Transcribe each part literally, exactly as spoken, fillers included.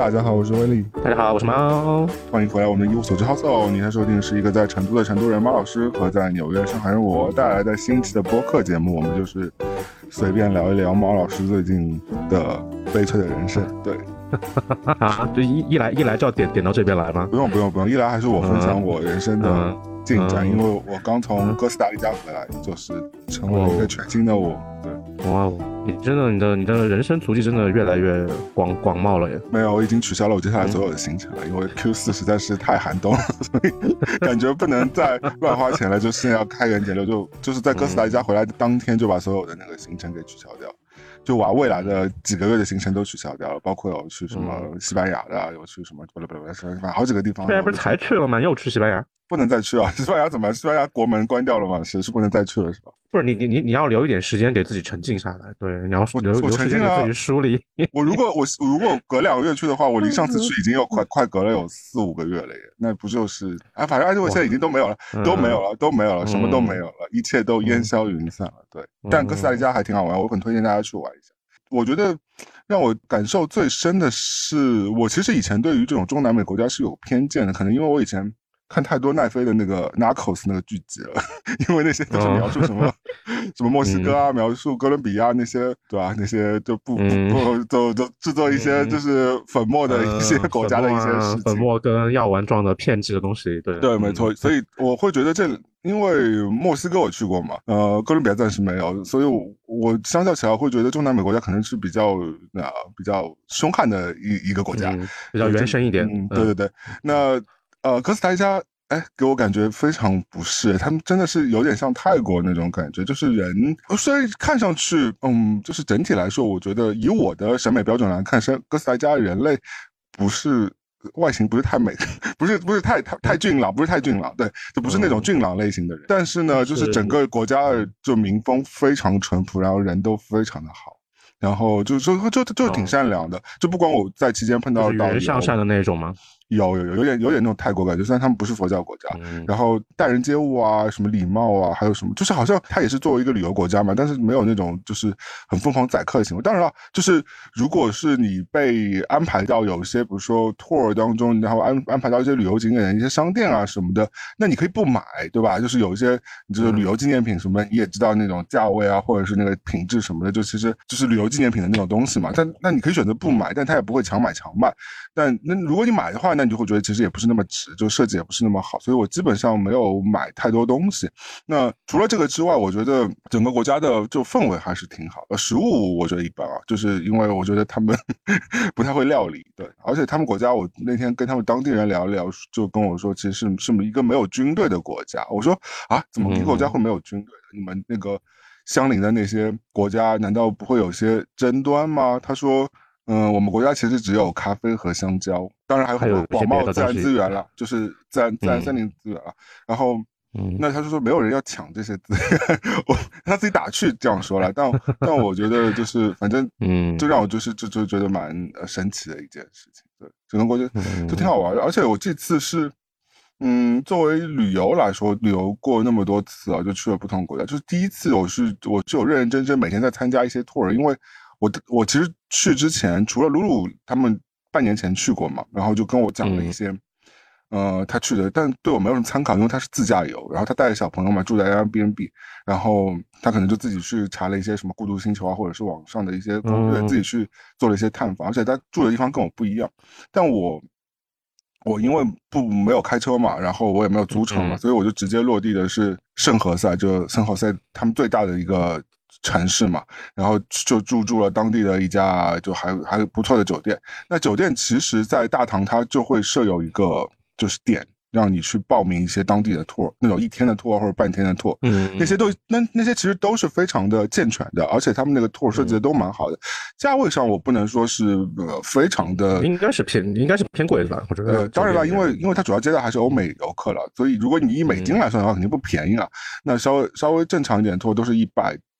大家好，我是威利。 大家好，我是猫。 欢迎回来我们的一无所知 House。你在收听的是一个在成都的成都人猫老师和在纽约上海人我带来的新期的播客节目。我们就是随便聊一聊猫老师最近的悲催的人生。对。 啊，就一一来一来就要点点到这边来吗？ 不用不用不用，一来还是我分享我人生的进展， 嗯嗯、 因为我刚从哥斯达黎加回来，就是成为了一个全新的我。对。 哇，你真的，你的你的人生足迹真的越来越广广袤了耶！ 没有，我已经取消了我接下来所有的行程了，嗯、因为 Q 四 实在是太寒冬了，所以感觉不能再乱花钱了，就现在要开源节流，就就是在哥斯达黎加回来的当天就把所有的那个行程给取消掉，就把未来的几个月的行程都取消掉了，包括有去什么西班牙的，有去什么不不不不，反正好几个地方。 西班牙不是才去了吗？又去西班牙？ 不能再去啊！西班牙怎么？西班牙国门关掉了吗？是是不能再去了是吧？ 不是你你你你要留一点时间给自己沉静下来，对，你要留留时间给自己梳理。 我如果我如果隔两个月去的话，我离上次去已经有快快隔了有四五个月了耶，那不就是啊？反正而且我现在已经都没有了，都没有了，都没有了，什么都没有了，一切都烟消云散了。对，但哥斯达黎加还挺好玩，我很推荐大家去玩一下。我觉得让我感受最深的是，我其实以前对于这种中南美国家是有偏见的，可能因为我以前看太多奈飞的那个 Narcos 那个剧集了，因为那些就是描述什么、哦、什么墨西哥啊、嗯、描述哥伦比亚那些，对吧？那些就不不不都都制作一些就是粉末的一些国家的一些事情， 粉末跟药丸状的骗制的东西，对对，没错。所以我会觉得这。因为墨西哥我去过嘛，呃，哥伦比亚暂时没有，所以我我相较起来会觉得中南美国家可能是比较呃比较凶悍的一一个国家、 嗯，比较原生一点。 嗯，对对对。那呃，哥斯达黎加，哎，给我感觉非常不适，他们真的是有点像泰国那种感觉，就是人虽然看上去，嗯，就是整体来说，我觉得以我的审美标准来看，是哥斯达黎加人类不是。外形不是太美，不是不是太太太俊朗，不是太俊朗，对，就不是那种俊朗类型的人。嗯、但是呢，就是整个国家的就民风非常淳朴，然后人都非常的好，然后就就就就挺善良的。哦、就不管我在期间碰到的导游， 人向善的那种吗？ 有有有有点有点那种泰国感觉，虽然他们不是佛教国家，嗯、然后待人接物啊，什么礼貌啊，还有什么，就是好像他也是作为一个旅游国家嘛，但是没有那种就是很疯狂宰客的行为。当然了，就是如果是你被安排到有些比如说 tour 当中，然后安安排到一些旅游景点的一些商店啊什么的，那你可以不买，对吧？就是有一些就是旅游纪念品什么的，你也知道那种价位啊，或者是那个品质什么的，就其实就是旅游纪念品的那种东西嘛。但那你可以选择不买，但他也不会强买强卖。但那如果你买的话，那你就会觉得其实也不是那么值，就设计也不是那么好，所以我基本上没有买太多东西。那除了这个之外，我觉得整个国家的就氛围还是挺好的，食物我觉得一般啊，就是因为我觉得他们不太会料理，对，而且他们国家我那天跟他们当地人聊一聊，就跟我说其实是是一个没有军队的国家。我说啊，怎么一个国家会没有军队的？你们那个相邻的那些国家难道不会有些争端吗？他说嗯，我们国家其实只有咖啡和香蕉，当然还有很多广袤自然资源了，就是自然自然森林资源了。嗯、然后，嗯，那他就说没有人要抢这些资源，我他自己打趣这样说了。但但我觉得就是反正，嗯，就让我就是就就觉得蛮神奇的一件事情。对，整个国家就挺好玩的，而且我这次是，嗯，作为旅游来说，旅游过那么多次啊，就去了不同国家，就是第一次我是我是有认认真真每天在参加一些 tour， 因为。我我其实去之前，除了鲁鲁他们半年前去过嘛，然后就跟我讲了一些，嗯、呃，他去的，但对我没有什么参考，因为他是自驾游，然后他带着小朋友嘛，住在 Airbnb， 然后他可能就自己去查了一些什么孤独星球啊，或者是网上的一些攻略，嗯、自己去做了一些探访，而且他住的地方跟我不一样，但我我因为不没有开车嘛，然后我也没有租车嘛，嗯、所以我就直接落地的是圣何塞，就圣何塞他们最大的一个。城市嘛，然后就住住了当地的一家就还还不错的酒店。那酒店其实在大堂它就会设有一个就是点，让你去报名一些当地的 tour， 那种一天的 tour 或者半天的 tour， 嗯，那些都那那些其实都是非常的健全的，而且他们那个 tour 设计的都蛮好的。价位上我不能说是呃非常的， 应该是偏应该是偏贵的吧？我觉得。 呃，当然了，因为因为它主要接待还是欧美游客了，所以如果你以美金来算的话，肯定不便宜了。那稍微稍微正常一点的 tour 都是一百。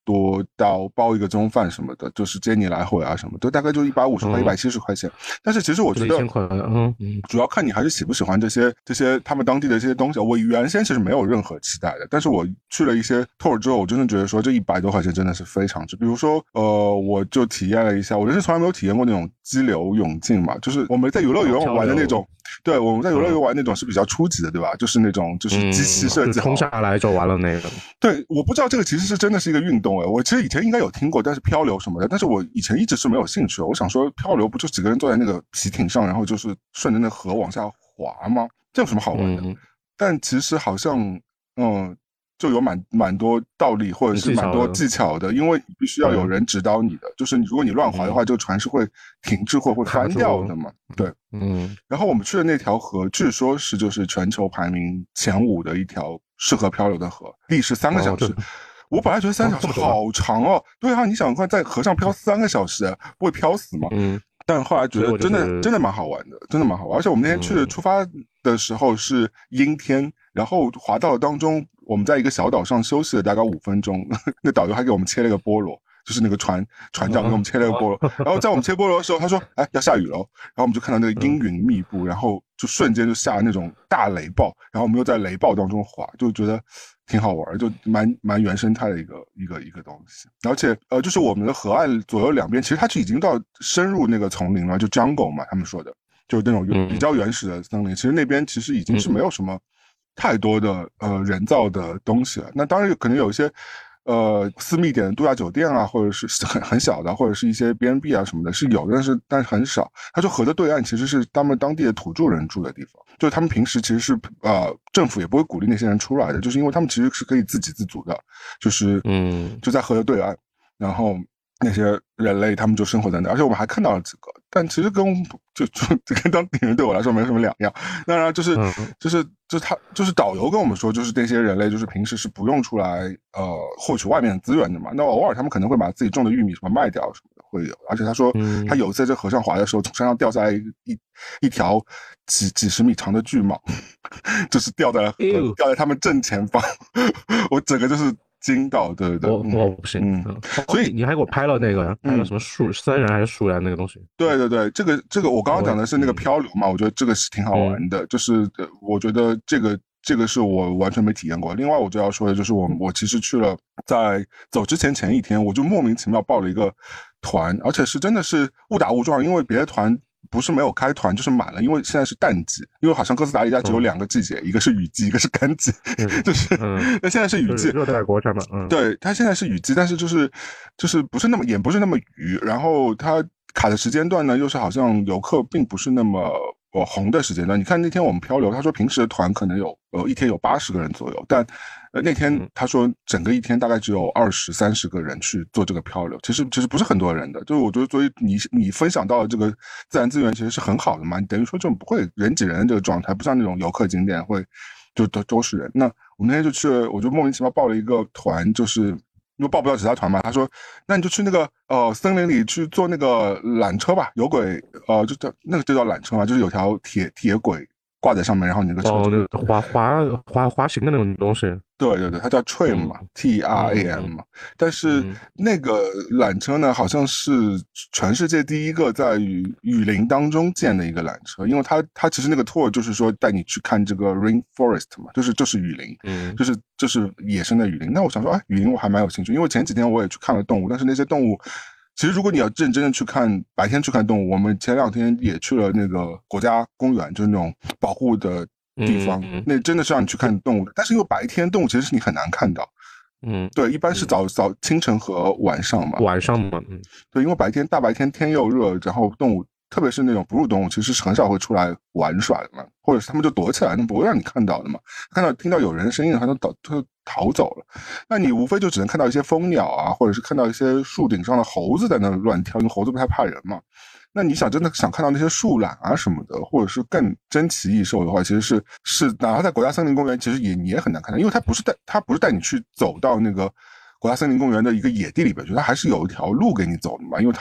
多到包一个中饭什么的，就是接你来回啊什么的，大概就一百五十块、一百七十块钱。但是其实我觉得， 嗯嗯， 主要看你还是喜不喜欢这些这些他们当地的这些东西。我原先其实没有任何期待的，但是我去了一些 tour 之后，我真的觉得说这一百多块钱真的是非常值。比如说，呃，我就体验了一下，我人生从来没有体验过那种激流勇进嘛，就是我们在游乐园玩的那种。对，我们在游乐园玩那种是比较初级的，对吧？就是那种就是机器设计好、 嗯、冲下来就完了那个。 对，我不知道这个其实是真的是一个运动诶，我其实以前应该有听过，但是漂流什么的，但是我以前一直是没有兴趣的。我想说漂流不就几个人坐在那个皮艇上，然后就是顺着那河往下滑吗？这有什么好玩的？嗯、但其实好像嗯。就有蛮蛮多道理或者是蛮多技巧的，因为你必须要有人指导你的，就是如果你乱滑的话，嗯、这个船是会停滞或会翻掉的嘛。对，嗯。然后我们去的那条河，据说是就是全球排名前五的一条适合漂流的河，历时三个小时。哦、我本来觉得三个小时好长哦，对啊，你想看在河上漂三个小时，不会漂死吗？嗯。但后来觉得真的、就是、真的蛮好玩的，真的蛮好玩。而且我们那天去的出发的时候是阴天，嗯、然后滑道当中，我们在一个小岛上休息了大概五分钟，那导游还给我们切了个菠萝，就是那个船船长给我们切了个菠萝。然后在我们切菠萝的时候，他说：“哎，要下雨了。”然后我们就看到那个阴云密布，然后就瞬间就下那种大雷暴，然后我们又在雷暴当中滑，就觉得挺好玩，就蛮蛮原生态的一个一个一个东西。而且呃，就是我们的河岸左右两边，其实它就已经到深入那个丛林了，就 jungle 嘛，他们说的，就是那种比较原始的森林。嗯、其实那边其实已经是没有什么太多的呃人造的东西了。那当然可能有一些呃私密点的度假酒店啊，或者是很很小的，或者是一些 B and B 啊什么的，是有的，但是但是很少。它说河的对岸其实是他们当地的土著人住的地方。就是他们平时其实是呃政府也不会鼓励那些人出来的，就是因为他们其实是可以自给自足的，就是嗯就在河的对岸，然后那些人类他们就生活在那，而且我们还看到了几个，但其实跟就就跟当地人对我来说没什么两样。当然就是、嗯、就是就是他就是导游跟我们说，就是那些人类就是平时是不用出来呃获取外面的资源的嘛，那偶尔他们可能会把自己种的玉米什么卖掉什么的会有。而且他说他有一次在河上滑的时候，从山上掉下来一一一条几几十米长的巨蟒，就是掉在河掉在他们正前方，我整个就是惊到，对对对， 我我不行，嗯，所以你还给我拍了那个，拍了什么树森人还是树人那个东西？ 对对对，这个这个我刚刚讲的是那个漂流嘛，我觉得这个是挺好玩的，就是我觉得这个这个是我完全没体验过。另外我就要说的就是我我其实去了，在走之前前一天，我就莫名其妙报了一个团，而且是真的是误打误撞，因为别的团不是没有开团就是满了，因为现在是淡季，因为好像哥斯达黎加只有两个季节，嗯、一个是雨季，一个是干季，嗯、就是那、嗯、现在是雨季， 热带国家嘛，嗯， 对，它现在是雨季，但是就是就是不是那么也不是那么雨，然后它卡的时间段呢，又是好像游客并不是那么呃红的时间段。你看那天我们漂流，他说平时的团可能有呃一天有八十个人左右，但呃那天他说整个一天大概只有二十三十个人去做这个漂流，其实其实不是很多人的。就是我觉得，所以你你分享到的这个自然资源其实是很好的嘛，你等于说就不会人挤人的这个状态，不像那种游客景点会就都都是人。那我们那天就去了，我就莫名其妙报了一个团，就是因为报不到其他团嘛，他说那你就去那个呃森林里去坐那个缆车吧，有轨呃就叫那个就叫缆车嘛，就是有条铁铁轨挂在上面，然后你那个车哦，那滑滑滑滑行的那种东西。 对对对，它叫 tram 嘛、嗯、，T R A M 嘛、嗯。但是那个缆车呢，好像是全世界第一个在雨雨林当中建的一个缆车，因为它它其实那个 tour 就是说带你去看这个 rainforest 嘛，就是就是雨林，嗯，就是就是野生的雨林。那我想说，哎，雨林我还蛮有兴趣，因为前几天我也去看了动物，但是那些动物。其实，如果你要认真的去看，白天去看动物，我们前两天也去了那个国家公园，就是那种保护的地方，嗯、那真的是让你去看动物的。但是因为白天动物其实是你很难看到，嗯，对，一般是早、嗯、早清晨和晚上嘛， 晚上嘛，嗯， 对，因为白天大白天天又热，然后动物。特别是那种哺乳动物，其实是很少会出来玩耍的嘛，或者是他们就躲起来，那不会让你看到的嘛。看到听到有人的声音，他都逃就逃走了。那你无非就只能看到一些蜂鸟啊，或者是看到一些树顶上的猴子在那乱跳，因为猴子不太怕人嘛。那你想真的想看到那些树懒啊什么的，或者是更珍奇异兽的话，其实是是哪怕在国家森林公园，其实也你也很难看到，因为它不是带它不是带你去走到那个。国家森林公园的一个野地里边去，它还是有一条路给你走的嘛，因为它还是要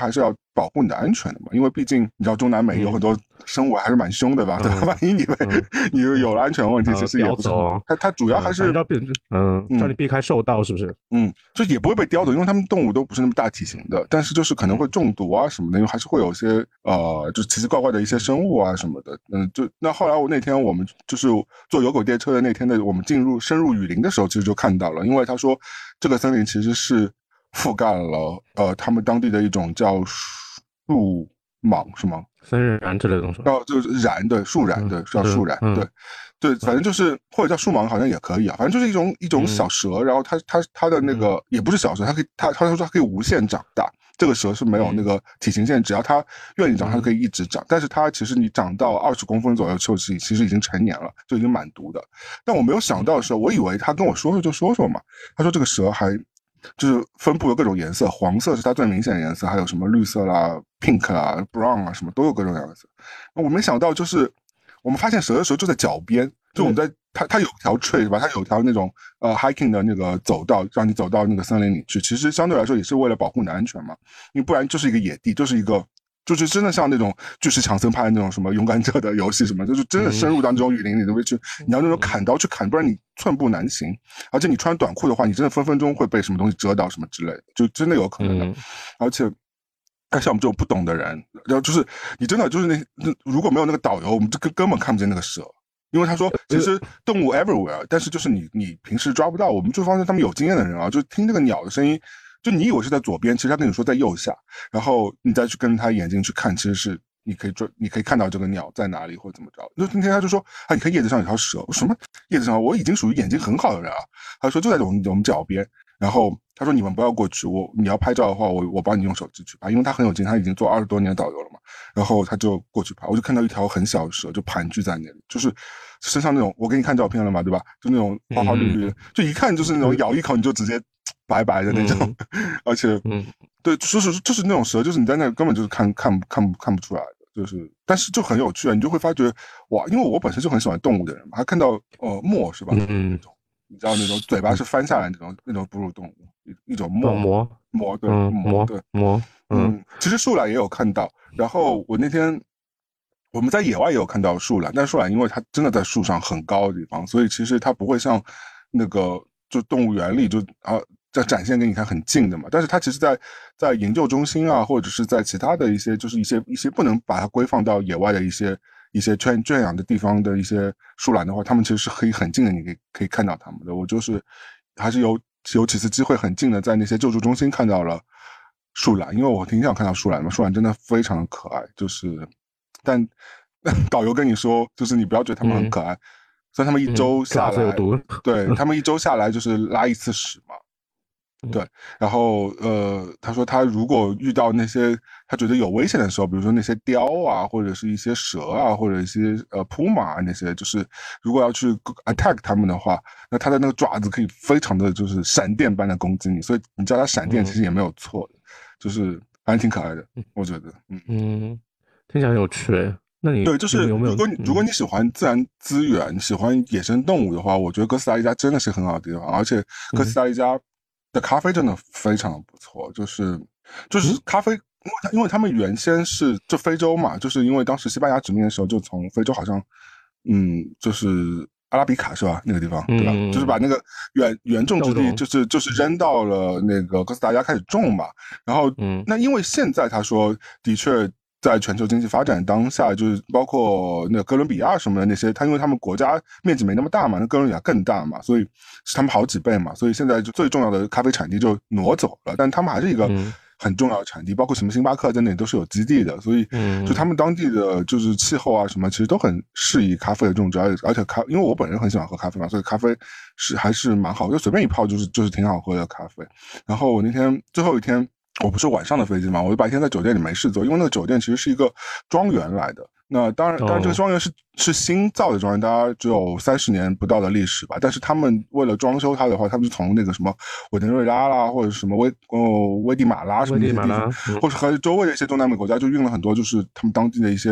保护你的安全的嘛，因为毕竟你知道中南美有很多生物还是蛮凶的吧，嗯、对吧？万一你被、嗯、你有了安全问题，其实也不是。它它主要还是嗯，让你避开受到，是不是？ 嗯，就也不会被叼走，因为它们动物都不是那么大体型的，但是就是可能会中毒啊什么的，因为还是会有些呃，就奇奇怪怪的一些生物啊什么的。嗯，就那后来我那天我们就是坐有轨电车的那天的，我们进入深入雨林的时候，其实就看到了，因为他说这个森林其实是覆盖了呃他们当地的一种叫树蟒是吗？ 森蚺之类的东西。 叫就是蚺对树蚺对叫树蚺、嗯、对。对，反正就是或者叫树蟒好像也可以啊，反正就是一种一种小蛇，嗯、然后它它它的那个、嗯、也不是小蛇，它可以它它说它可以无限长大。这个蛇是没有那个体型限制，只要它愿意长，它就可以一直长。但是它其实你长到二十公分左右，就是其实已经成年了，就已经满毒的。但我没有想到的是，我以为他跟我说说就说说嘛，他说这个蛇还就是分布有各种颜色，黄色是它最明显的颜色，还有什么绿色啦、pink 啦、brown 啊，什么都有各种颜色。我没想到就是。我们发现蛇的时候就在脚边，就我们在它它有条 trail 吧，它有条那种呃 hiking 的那个走道，让你走到那个森林里去。其实相对来说也是为了保护你的安全嘛，因为不然就是一个野地，就是一个就是真的像那种巨石强森拍的那种什么勇敢者的游戏什么，就是真的深入到这种雨林里都会去，你要那种砍刀去砍，不然你寸步难行。而且你穿短裤的话，你真的分分钟会被什么东西遮到什么之类的，就真的有可能的。而且。但像我们这种不懂的人，然后就是你真的就是那那如果没有那个导游，我们就根根本看不见那个蛇，因为他说其实动物 everywhere， 但是就是你你平时抓不到。我们就发现他们有经验的人啊，就听这个鸟的声音，就你以为是在左边，其实他跟你说在右下，然后你再去跟他眼睛去看，其实是你可以抓，你可以看到这个鸟在哪里或者怎么着。就今天他就说啊，你看叶子上有条蛇，什么叶子上？我已经属于眼睛很好的人啊。他说就在我们我们脚边。然后他说你们不要过去，我你要拍照的话，我我帮你用手机去拍，因为他很有经验，他已经做二十多年导游了嘛。然后他就过去拍，我就看到一条很小的蛇就盘踞在那里，就是身上那种，我给你看照片了嘛，对吧？就那种花花绿绿的，嗯、就一看就是那种咬一口你就直接白白的那种，嗯、而且，嗯，对，就是就是那种蛇，就是你在那根本就是看看看不看不出来的，就是但是就很有趣啊，你就会发觉哇，因为我本身就很喜欢动物的人嘛，还看到呃貘是吧？嗯。你知道那种嘴巴是翻下来那种那种哺乳动物，一一种貘貘貘对貘对貘嗯，其实树懒也有看到。然后我那天我们在野外也有看到树懒，但树懒因为它真的在树上很高的地方，所以其实它不会像那个就动物园里就啊在展现给你看很近的嘛。但是它其实在在研究中心啊，或者是在其他的一些就是一些一些不能把它规放到野外的一些。一些圈圈养的地方的一些树懒的话，他们其实是可以很近的，你可以可以看到他们的。我就是还是有有几次机会很近的在那些救助中心看到了树懒，因为我挺想看到树懒嘛，树懒真的非常的可爱。就是但导游跟你说，就是你不要觉得他们很可爱，嗯、所以他们一周下来， 嗯、 对他们一周下来就是拉一次屎嘛。对，然后呃，他说他如果遇到那些他觉得有危险的时候，比如说那些雕啊，或者是一些蛇啊，或者一些呃扑马、啊、那些，就是如果要去 attack 他们的话，那他的那个爪子可以非常的就是闪电般的攻击你，所以你叫他闪电其实也没有错的，嗯、就是反正挺可爱的，我觉得，嗯嗯，听起来很有趣。那你对，就是有没有如果你、嗯、如果你喜欢自然资源，喜欢野生动物的话，我觉得哥斯达黎加真的是很好的地方，而且哥斯达黎加。的咖啡真的非常不错，就是就是咖啡，因为它因为他们原先是就非洲嘛，就是因为当时西班牙殖民的时候，就从非洲好像，嗯，就是阿拉比卡是吧？那个地方对吧？嗯、就是把那个原原种之地，就是就是扔到了那个哥斯达黎加开始种嘛。然后，嗯，那因为现在他说的确。在全球经济发展当下，就是包括那个哥伦比亚什么的那些，它因为他们国家面积没那么大嘛，那哥伦比亚更大嘛，所以是他们好几倍嘛，所以现在就最重要的咖啡产地就挪走了，但他们还是一个很重要的产地，包括什么星巴克在那里都是有基地的，所以就他们当地的就是气候啊什么，其实都很适宜咖啡的种植，而且而且咖，因为我本人很喜欢喝咖啡嘛，所以咖啡是还是蛮好，就随便一泡就是就是挺好喝的咖啡。然后我那天最后一天。我不是晚上的飞机嘛，我白天在酒店里没事做，因为那个酒店其实是一个庄园来的。那当然，当然这个庄园是、哦、是新造的庄园，大概只有三十年不到的历史吧。但是他们为了装修它的话，他们就从那个什么委内瑞拉啦，或者什么威哦危地马拉什么那些地方，嗯、或者和周围的一些中南美国家就运了很多，就是他们当地的一些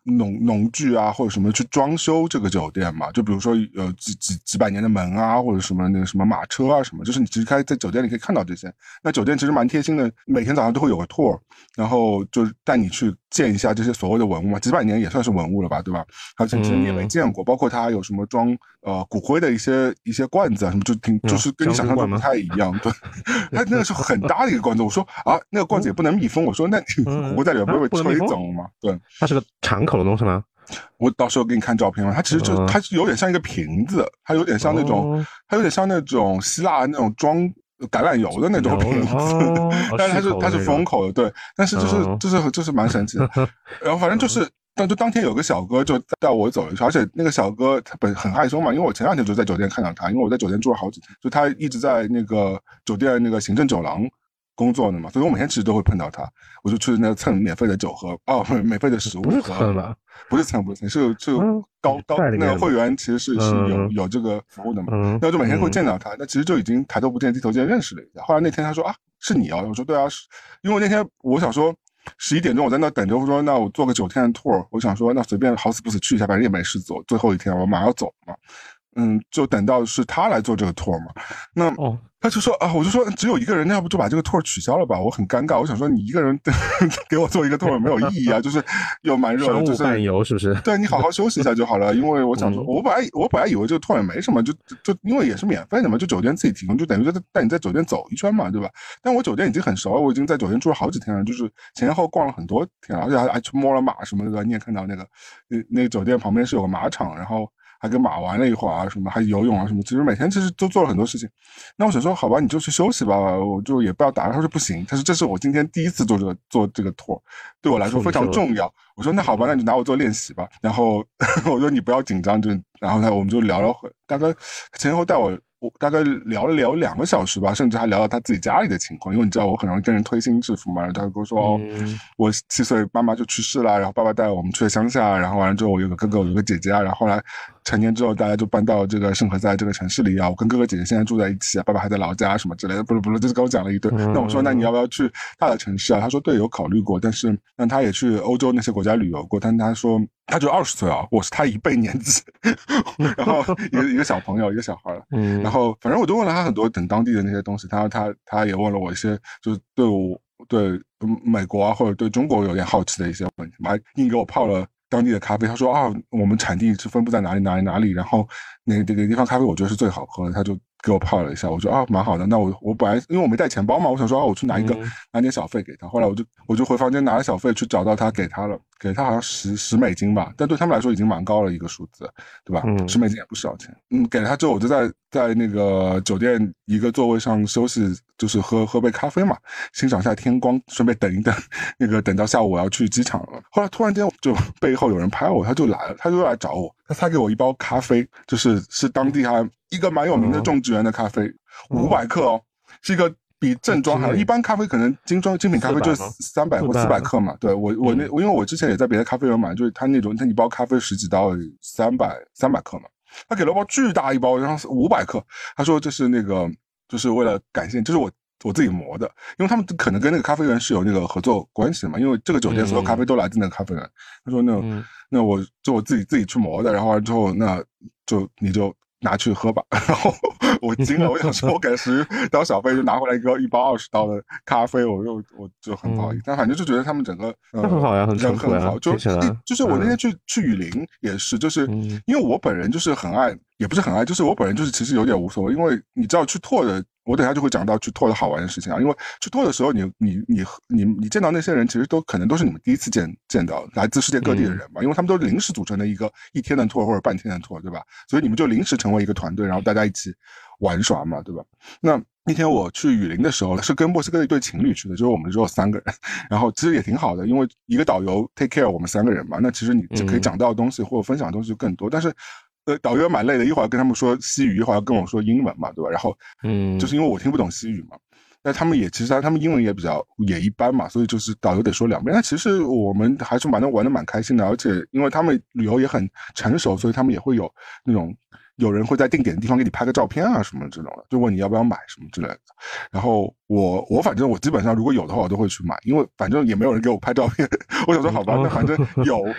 农农具啊或者什么去装修这个酒店嘛，就比如说有几几几百年的门啊，或者什么那个什么马车啊什么，就是你其实开在酒店里可以看到这些。那酒店其实蛮贴心的，每天早上都会有个 tour， 然后就带你去见一下这些所谓的文物嘛，几百年也算是文物了吧，对吧？而且其实你也没见过，包括它有什么装呃骨灰的一些一些罐子啊什么，就挺就是跟你想象中不太一样。对，它那个是很大的一个罐子，我说啊那个罐子也不能密封，我说那你骨灰在里面不会被吹走吗？对， 它是个敞口的东西吗？ 我到时候给你看照片嘛，它其实就、嗯、它是有点像一个瓶子，它有点像那种、哦、它有点像那种希腊那种装橄榄油的那种瓶子，哦、但是它是它是封口的，对，但是就是、哦、就是就是蛮神奇的。然后反正就是，但就当天有个小哥就带我走一圈，而且那个小哥他本很害羞嘛，因为我前两天就在酒店看到他，因为我在酒店住了好几天，就他一直在那个酒店那个行政走廊工作的嘛，所以我每天其实都会碰到他，我就去那个蹭免费的酒喝，哦，免费的食物喝， 不是蹭吧？ 不是蹭，不是蹭，是是高、嗯、高那个会员其实是、嗯、是有有这个服务的嘛，嗯、那我就每天会见到他，那其实就已经抬头不见低头见认识了一下。后来那天他说啊，是你啊，我说对啊，是因为那天我想说十一点钟我在那等着，我说那我做个九天的 tour， 我想说那随便好死不死去一下，反正也没事做，最后一天我马上要走嘛。嗯，就等到是他来做这个 tour 嘛，那哦，他就说啊，我就说只有一个人，那要不就把这个 tour 取消了吧？我很尴尬，我想说你一个人给我做一个 tour 没有意义啊，就是又蛮热的，就是商务伴游是不是？ 对，你好好休息一下就好了。因为我想说，嗯、我本来我本来以为这个 tour 也没什么，就就因为也是免费的嘛，就酒店自己提供，就等于就带你在酒店走一圈嘛，对吧？但我酒店已经很熟了，我已经在酒店住了好几天了，就是前后逛了很多天了，而且还还去摸了马什么的，你也看到那个那那个酒店旁边是有个马场，然后还跟马玩了一会儿啊，什么还游泳啊什么，其实每天其实都做了很多事情。那我想说，好吧，你就去休息吧，我就也不要打扰。他说不行，他说这是我今天第一次做这个做这个 tour， 对我来说非常重要。我说那好吧，那你就拿我做练习吧。然后我说你不要紧张，就然后呢我们就聊了会，大概前后带我。我大概聊了聊两个小时吧，甚至还聊到他自己家里的情况，因为你知道我很容易跟人推心置腹嘛。然后他跟我说、哦嗯、我七岁妈妈就去世了，然后爸爸带我们去了乡下，然后完了之后我有个哥哥，我有个姐姐啊，然后后来成年之后大家就搬到这个圣何塞这个城市里啊，我跟哥哥姐姐现在住在一起啊，爸爸还在老家什么之类的，不是不是，就是跟我讲了一堆、嗯、那我说那你要不要去大的城市啊？他说对，有考虑过，但是那他也去欧洲那些国家旅游过，但他说他只有二十岁啊，我是他一倍年纪然后一个一个小朋友一个小孩，嗯，然后反正我就问了他很多等当地的那些东西，他他他也问了我一些就是对我对美国啊或者对中国有点好奇的一些问题，还硬给我泡了当地的咖啡。他说啊，我们产地是分布在哪里哪里哪里，然后那这个地方咖啡我觉得是最好喝的，他就给我泡了一下。我说啊蛮好的，那我我本来因为我没带钱包嘛，我想说啊我去拿一个、嗯、拿点小费给他。后来我就我就回房间拿了小费去找到他，给他了，给他好像十十美金吧，但对他们来说已经蛮高了一个数字，对吧？嗯，十美金也不少钱。嗯，给了他之后我就在在那个酒店一个座位上休息，就是喝喝杯咖啡嘛，欣赏一下天光，顺便等一等，那个等到下午我要去机场了。后来突然间就背后有人拍我，他就来了，他就来找我，他塞给我一包咖啡，就是是当地还一个蛮有名的种植园的咖啡，五百克哦，是一个比正装还有一般咖啡可能精装精品咖啡就三百或四百克嘛。对我我那因为我之前也在别的咖啡园买，就是他那种他一包咖啡十几刀，三百三百克嘛。他给了包巨大一包，然后五百克。他说这是那个就是为了感谢，就是我我自己磨的，因为他们可能跟那个咖啡园是有那个合作关系的嘛，因为这个酒店所有咖啡都来自那个咖啡园。他说那、嗯、那我就我自己自己去磨的，然后完之后那就你就拿去喝吧。然后我惊了，我想说我给十刀小费就拿回来一个一包二十刀的咖啡，我就我就很不好意思、嗯、但反正就觉得他们整个呃很好呀，很很很好，就就是我那天去、 嗯、 去雨林也是，就是因为我本人就是很爱，也不是很爱，就是我本人就是其实有点无所谓，因为你知道去拓的，我等一下就会讲到去拓的好玩的事情啊。因为去拓的时候你，你你你你你见到那些人，其实都可能都是你们第一次见见到来自世界各地的人嘛，嗯、因为他们都是临时组成的一个一天的拓或者半天的拓，对吧？所以你们就临时成为一个团队，然后大家一起玩耍嘛，对吧？那那天我去雨林的时候是跟墨西哥的一对情侣去的，就是我们只有三个人，然后其实也挺好的，因为一个导游 take care 我们三个人嘛，那其实你就可以讲到的东西或者分享的东西就更多，但是。呃，导游蛮累的，一会儿跟他们说西语，一会儿跟我说英文嘛，对吧？然后，嗯，就是因为我听不懂西语嘛，但他们也其实他他们英文也比较也一般嘛，所以就是导游得说两遍。但其实我们还是蛮能玩的蛮开心的，而且因为他们旅游也很成熟，所以他们也会有那种有人会在定点的地方给你拍个照片啊什么这种的，就问你要不要买什么之类的。然后我我反正我基本上如果有的话我都会去买，因为反正也没有人给我拍照片，我想说好吧，那反正有。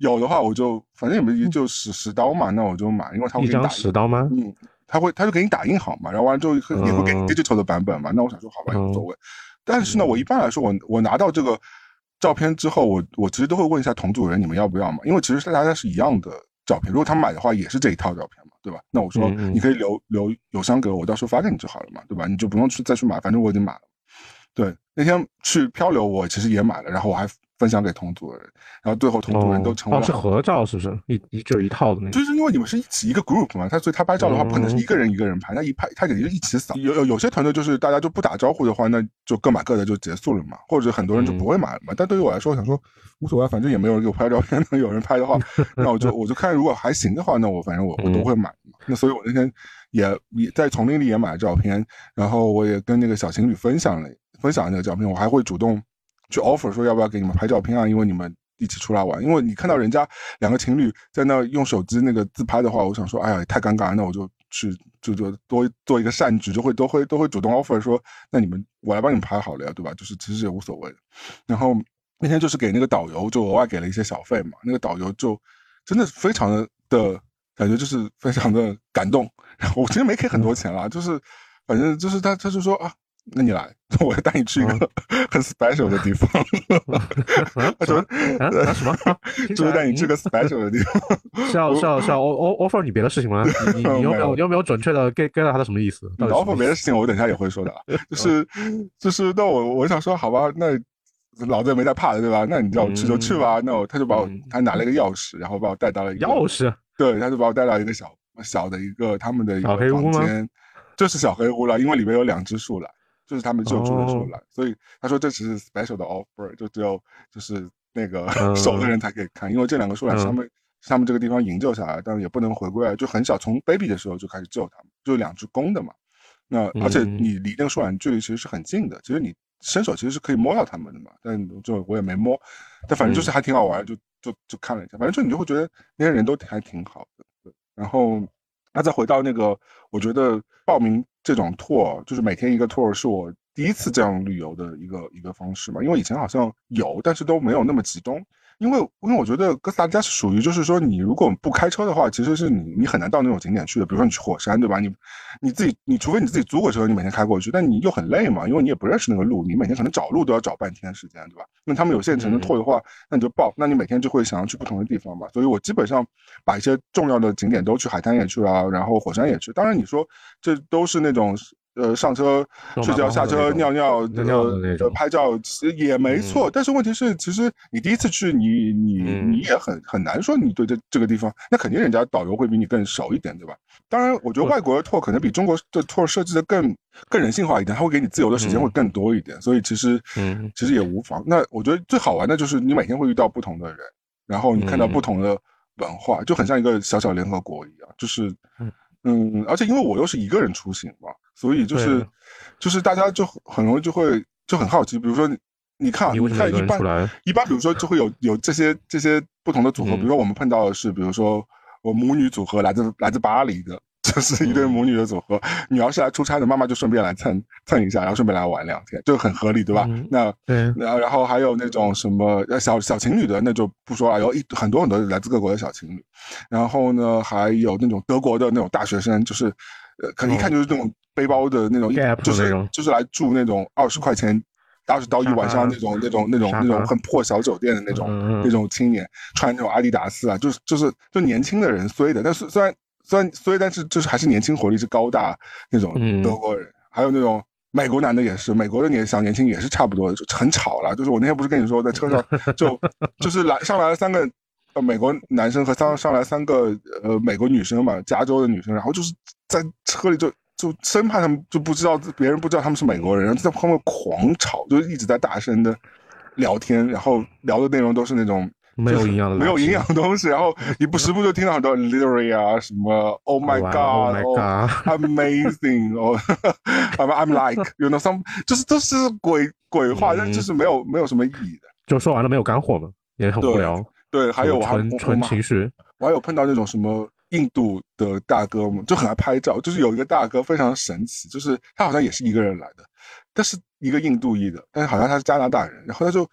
有的话我就反正也没就十十刀嘛，那我就买，因为他会一张十刀吗？ 嗯，他会他就给你打印好嘛，然后完了之后也会给你 digital 的版本嘛，那我想说好吧，也无所谓。但是呢，我一般来说，我我拿到这个照片之后，我我其实都会问一下同组人你们要不要嘛，因为其实大家是一样的照片，如果他们买的话也是这一套照片嘛，对吧？那我说你可以留留邮箱给我，我到时候发给你就好了嘛，对吧？你就不用去再去买，反正我已经买了。对，那天去漂流我其实也买了，然后我还分享给同组的人，然后最后同组人都成为了、 哦哦是合照是不是？一一就一套的那种。 就是因为你们是一起一个 group 嘛，他所以他拍照的话不可能是一个人一个人拍，他一拍他肯定是一起扫。有有有些团队就是大家就不打招呼的话，那就各买各的就结束了嘛，或者很多人就不会买了嘛。嗯、但对于我来说，我想说无所谓，反正也没有人给我拍照片，有人拍的话，那我就我就看如果还行的话，那我反正我我都会买嘛。那所以我那天也也在丛林里也买了照片，然后我也跟那个小情侣分享了。分享那个照片，我还会主动去 offer 说要不要给你们拍照片啊，因为你们一起出来玩。因为你看到人家两个情侣在那用手机那个自拍的话，我想说，哎呀，太尴尬了，那我就去就就多做一个善举，就会都会都会主动 offer 说，那你们我来帮你们拍好了呀，对吧？就是其实也无所谓的。然后那天就是给那个导游就额外给了一些小费嘛，那个导游就真的非常的的感觉就是非常的感动。然后我其实没给很多钱啦，就是反正就是他他就说啊。那你来，我带你去一个很 special 的地方。他说：“ 啊什么？ 就是带你去个 special 的地方。” 是要是要是要 offer 你别的事情吗？你你有没有有没有准确的 get get 到他的什么意思？ 你 offer 别的事情，我等一下也会说的。就是就是，那我我想说，好吧，那老子也没在怕的，对吧？那你叫我去就去吧。那我他就把我他拿了一个钥匙，然后把我带到了一个钥匙， 对，他就把我带到一个小小的一个他们的一个房间，就是小黑屋了，因为里面有两只树懒。就是他们救出的树懒，哦、所以他说这只是 special 的 offer， 就只有就是那个、嗯、熟的人才可以看，因为这两个树懒是他们、嗯、是他们这个地方营救下来，但是也不能回归来，就很小，从 baby 的时候就开始救他们，就两只公的嘛。那而且你离那个树懒距离其实是很近的，其实你伸手其实是可以摸到他们的嘛，但就我也没摸，但反正就是还挺好玩，就就就看了一下，反正就你就会觉得那些人都还挺好的。对，然后那再回到那个，我觉得报名这种 tour 就是每天一个 tour 是我第一次这样旅游的一个一个方式嘛，因为以前好像有，但是都没有那么集中。因为因为我觉得哥斯达黎加是属于就是说你如果不开车的话，其实是你你很难到那种景点去的。比如说你去火山，对吧？你你自己你除非你自己租个车，你每天开过去，但你又很累嘛，因为你也不认识那个路，你每天可能找路都要找半天时间，对吧？那他们有现成的 tour 的话，那你就报，那你每天就会想要去不同的地方嘛。所以我基本上把一些重要的景点都去，海滩也去了，然后火山也去。当然你说这都是那种。呃，上车睡觉，下车尿尿， 尿的那种、 呃、拍照也没错、嗯。但是问题是，其实你第一次去，你你、嗯、你也很很难说你对这这个地方，那肯定人家导游会比你更熟一点，对吧？当然，我觉得外国的 tour 可能比中国的 tour 设计的更更人性化一点，他会给你自由的时间会更多一点，嗯、所以其实嗯，其实也无妨。那我觉得最好玩的就是你每天会遇到不同的人，然后你看到不同的文化，嗯、就很像一个小小联合国一样，就是。嗯嗯，而且因为我又是一个人出行嘛，所以就是就是大家就很容易就会就很好奇，比如说你你看啊， 你看一般一般，比如说就会有有这些这些不同的组合，嗯、比如说我们碰到的是，比如说我母女组合来自来自巴黎的，就是一对母女的组合，嗯、女儿是来出差的，妈妈就顺便来蹭蹭一下，然后顺便来玩两天，就很合理，对吧？嗯、那对， 然后然后还有那种什么小小情侣的，那就不说了，有一很多很多来自各国的小情侣，然后呢还有那种德国的那种大学生，就是呃，可能一看就是那种背包的那种， 哦、 就是就是来住那种二十块钱。二十刀一晚上那种那种那种那种很破小酒店的那种、嗯、那种青年，穿那种阿迪达斯啊，就是就是就年轻的人衰的，但是虽然虽然衰，但是就是还是年轻活力是高大那种德国人，嗯、还有那种美国男的也是，美国的年小年轻也是差不多的，就很吵了。就是我那天不是跟你说在车上就就是来上来了三个呃美国男生和上上来三个呃美国女生嘛，加州的女生，然后就是在车里就。就生怕他们就不知道别人不知道他们是美国人，然后在后面狂吵，就一直在大声的聊天，然后聊的内容都是那种没有营养的没有营养的东西，然后你不时不就听到很多 literary 啊，什么 Oh my God， Oh my God， Amazing， 哦 ，I'm like you know some， 就是都是鬼鬼话，但就是没有没有什么意义的， 就说完了没有干货嘛，也很无聊。 对，还有我还纯纯情绪， 我还有碰到那种什么。印度的大哥们就很爱拍照，就是有一个大哥非常神奇，就是他好像也是一个人来的，但是一个印度裔的，但是好像他是加拿大人，然后他就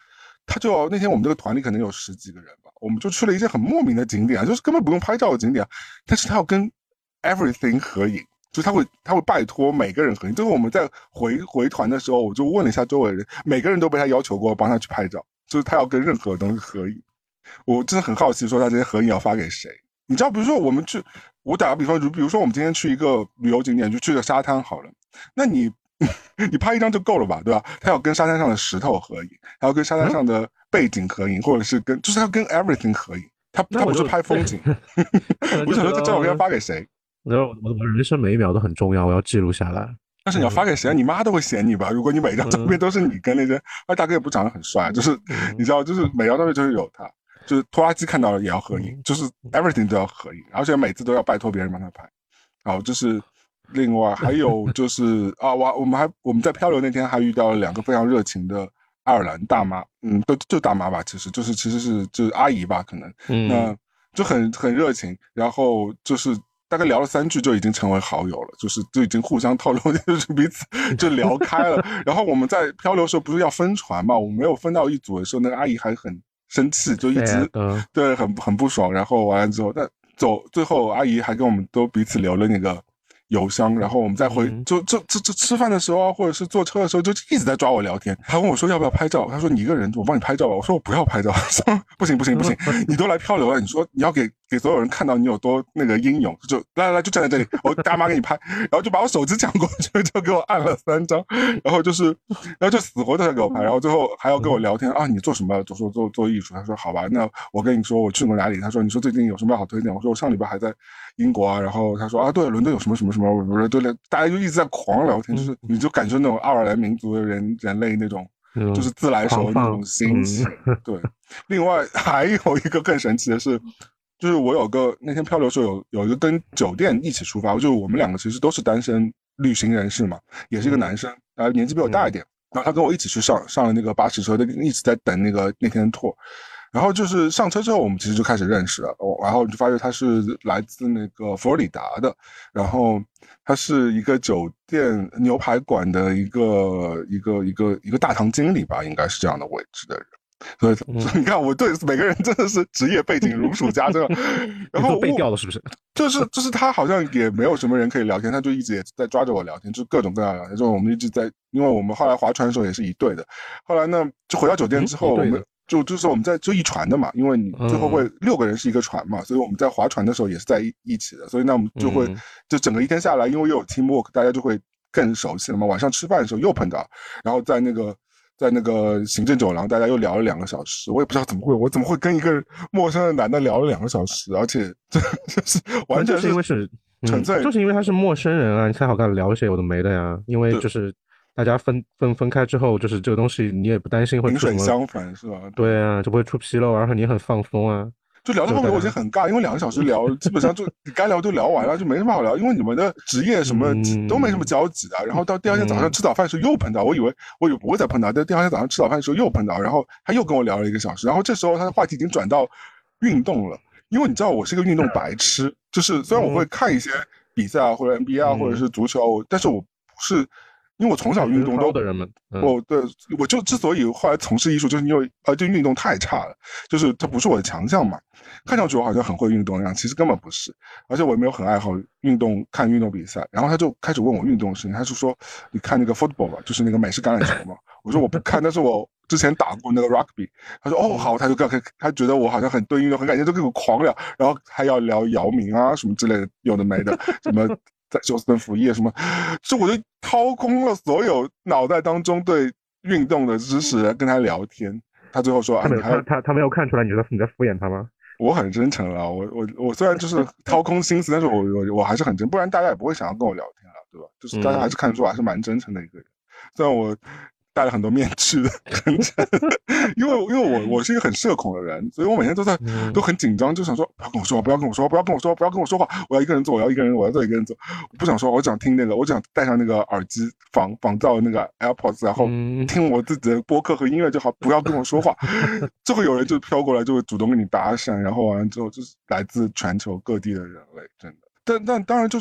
他就那天我们这个团里可能有十几个人吧，我们就去了一些很莫名的景点，就是根本不用拍照的景点，但是他要跟 everything 合影，就是他会他会拜托每个人合影。最后我们在回回团的时候，我就问了一下周围人，每个人都被他要求过帮他去拍照，就是他要跟任何东西合影。我真的很好奇，说他这些合影要发给谁？你知道，比如说我们去，我打个比方，就比如说我们今天去一个旅游景点，就去个沙滩好了，那你你拍一张就够了吧，对吧？他要跟沙滩上的石头合影，他要跟沙滩上的背景合影，或者是跟就是他跟 everything 合影。他他不是拍风景，我想说这照片要发给谁？ 我我我人生每一秒都很重要，我要记录下来。 但是你要发给谁？你妈都会嫌你吧？如果你每张照片都是你跟那些，那大哥也不长得很帅，就是你知道，就是每张照片就是有他，就是拖拉机看到了也要合影，就是 everything 都要合影，而且每次都要拜托别人帮他拍。好，就是另外还有就是啊，我我们还我们在漂流那天还遇到了两个非常热情的爱尔兰大妈，嗯，都就大妈吧，其实就是其实是就是阿姨吧，可能， 嗯， 那就很很热情，然后就是大概聊了三句就已经成为好友了，就是就已经互相透露，就是彼此就聊开了。然后我们在漂流的时候不是要分船嘛，我们没有分到一组的时候，那个阿姨还很生气，就一直对， 对很很不爽。然后完了之后，但走最后阿姨还跟我们都彼此留了那个邮箱，然后我们再回、嗯、就就就吃饭的时候啊，或者是坐车的时候，就一直在抓我聊天。他问我说要不要拍照，他说你一个人我帮你拍照吧，我说我不要拍照，不行不行不行，你都来漂流了，你说你要给给所有人看到你有多那个英勇，就来来来就站在这里，我大妈给你拍，然后就把我手机抢过去，就给我按了三张，然后就是然后就死活都在给我拍，然后最后还要跟我聊天啊，你做什么？就说做做艺术，他说好吧，那我跟你说我去过哪里，他说你说最近有什么好推荐，我说我上礼拜还在英国啊，然后他说啊对，伦敦有什么什么什么，我说对了，大家就一直在狂聊天，就是你就感受那种爱尔兰民族的人人类那种。就是自来熟那种心情、嗯、对。另外还有一个更神奇的是，就是我有个那天漂流的时候有有一个跟酒店一起出发，就是我们两个其实都是单身旅行人士嘛，也是一个男生，然后年纪比我大一点、嗯、然后他跟我一起去上上了那个巴士车，一直在等那个那天的 tour。然后就是上车之后我们其实就开始认识了，然后就发现他是来自那个佛罗里达的，然后他是一个酒店牛排馆的一个一个一个一个大堂经理吧，应该是这样的位置的人。所以、嗯、所以你看我对每个人真的是职业背景如数家珍。然后被调了是不是？ 就是就是他好像也没有什么人可以聊天，他就一直也在抓着我聊天，就各种各样的聊天。就我们一直在，因为我们后来划船的时候也是一队的，后来呢就回到酒店之后，我们就就是我们在就一船的嘛，因为你最后会、嗯、六个人是一个船嘛，所以我们在划船的时候也是在 一, 一起的，所以那我们就会、嗯、就整个一天下来，因为又有 teamwork， 大家就会更熟悉了嘛。晚上吃饭的时候又碰到，然后在那个在那个行政酒廊，大家又聊了两个小时。我也不知道怎么会，我怎么会跟一个陌生的男的聊了两个小时，而且这就是完全是因为是纯粹、嗯、就是因为他是陌生人啊，你才好跟他聊一些有的没的呀。因为就是大家分分分开之后，就是这个东西你也不担心会出什么萍水相逢是吧？ 对啊，就不会出纰漏，然后你也很放松啊。 就聊到后面我已经很尬，因为两个小时聊，基本上就该聊就聊完了，就没什么好聊，因为你们的职业什么都没什么交集的。然后到第二天早上吃早饭的时候又碰到，我以为我以为不会再碰到，但第二天早上吃早饭的时候又碰到，然后他又跟我聊了一个小时，然后这时候他的话题已经转到运动了，因为你知道我是个运动白痴，就是虽然我会看一些比赛啊或者 N B A 啊或者是足球，但是我不是。因为我从小运动都， 的人们， 嗯、我对我就之所以后来从事艺术，就是因为呃，这运动太差了，就是它不是我的强项嘛。看上去我好像很会运动那样，其实根本不是，而且我也没有很爱好运动，看运动比赛。然后他就开始问我运动的事情，他就说：“你看那个 football 吧，就是那个美式橄榄球嘛。”我说：“我不看，但是我之前打过那个 rugby。”他说：“哦，好。”他就刚他觉得我好像很对运动很感兴趣，就跟我狂聊，然后还要聊姚明啊什么之类的，有的没的，什么。在休斯顿服役什么，就我就掏空了所有脑袋当中对运动的知识来跟他聊天。他最后说：“ 他没有他他他没有看出来你在你在敷衍他吗？” 我很真诚了，我我我虽然就是掏空心思，但是我我我还是很真，不然大家也不会想要跟我聊天了，对吧？就是大家还是看出我还是蛮真诚的一个人，虽然我戴了很多面具的真诚，因为因为我我是一个很社恐的人，所以我每天都在、嗯、都很紧张，就想说不要跟我说话，不要跟我说话，不要跟我说话，不要跟我说话，我要一个人做，我要一个人，我要做一个人做，我不想说，我只想听那个，我只想戴上那个耳机仿仿造的那个 AirPods， 然后听我自己的播客和音乐就好，不要跟我说话。就会有人就飘过来，就会主动跟你搭讪，然后完了之后就是来自全球各地的人类，真的。但但当然就是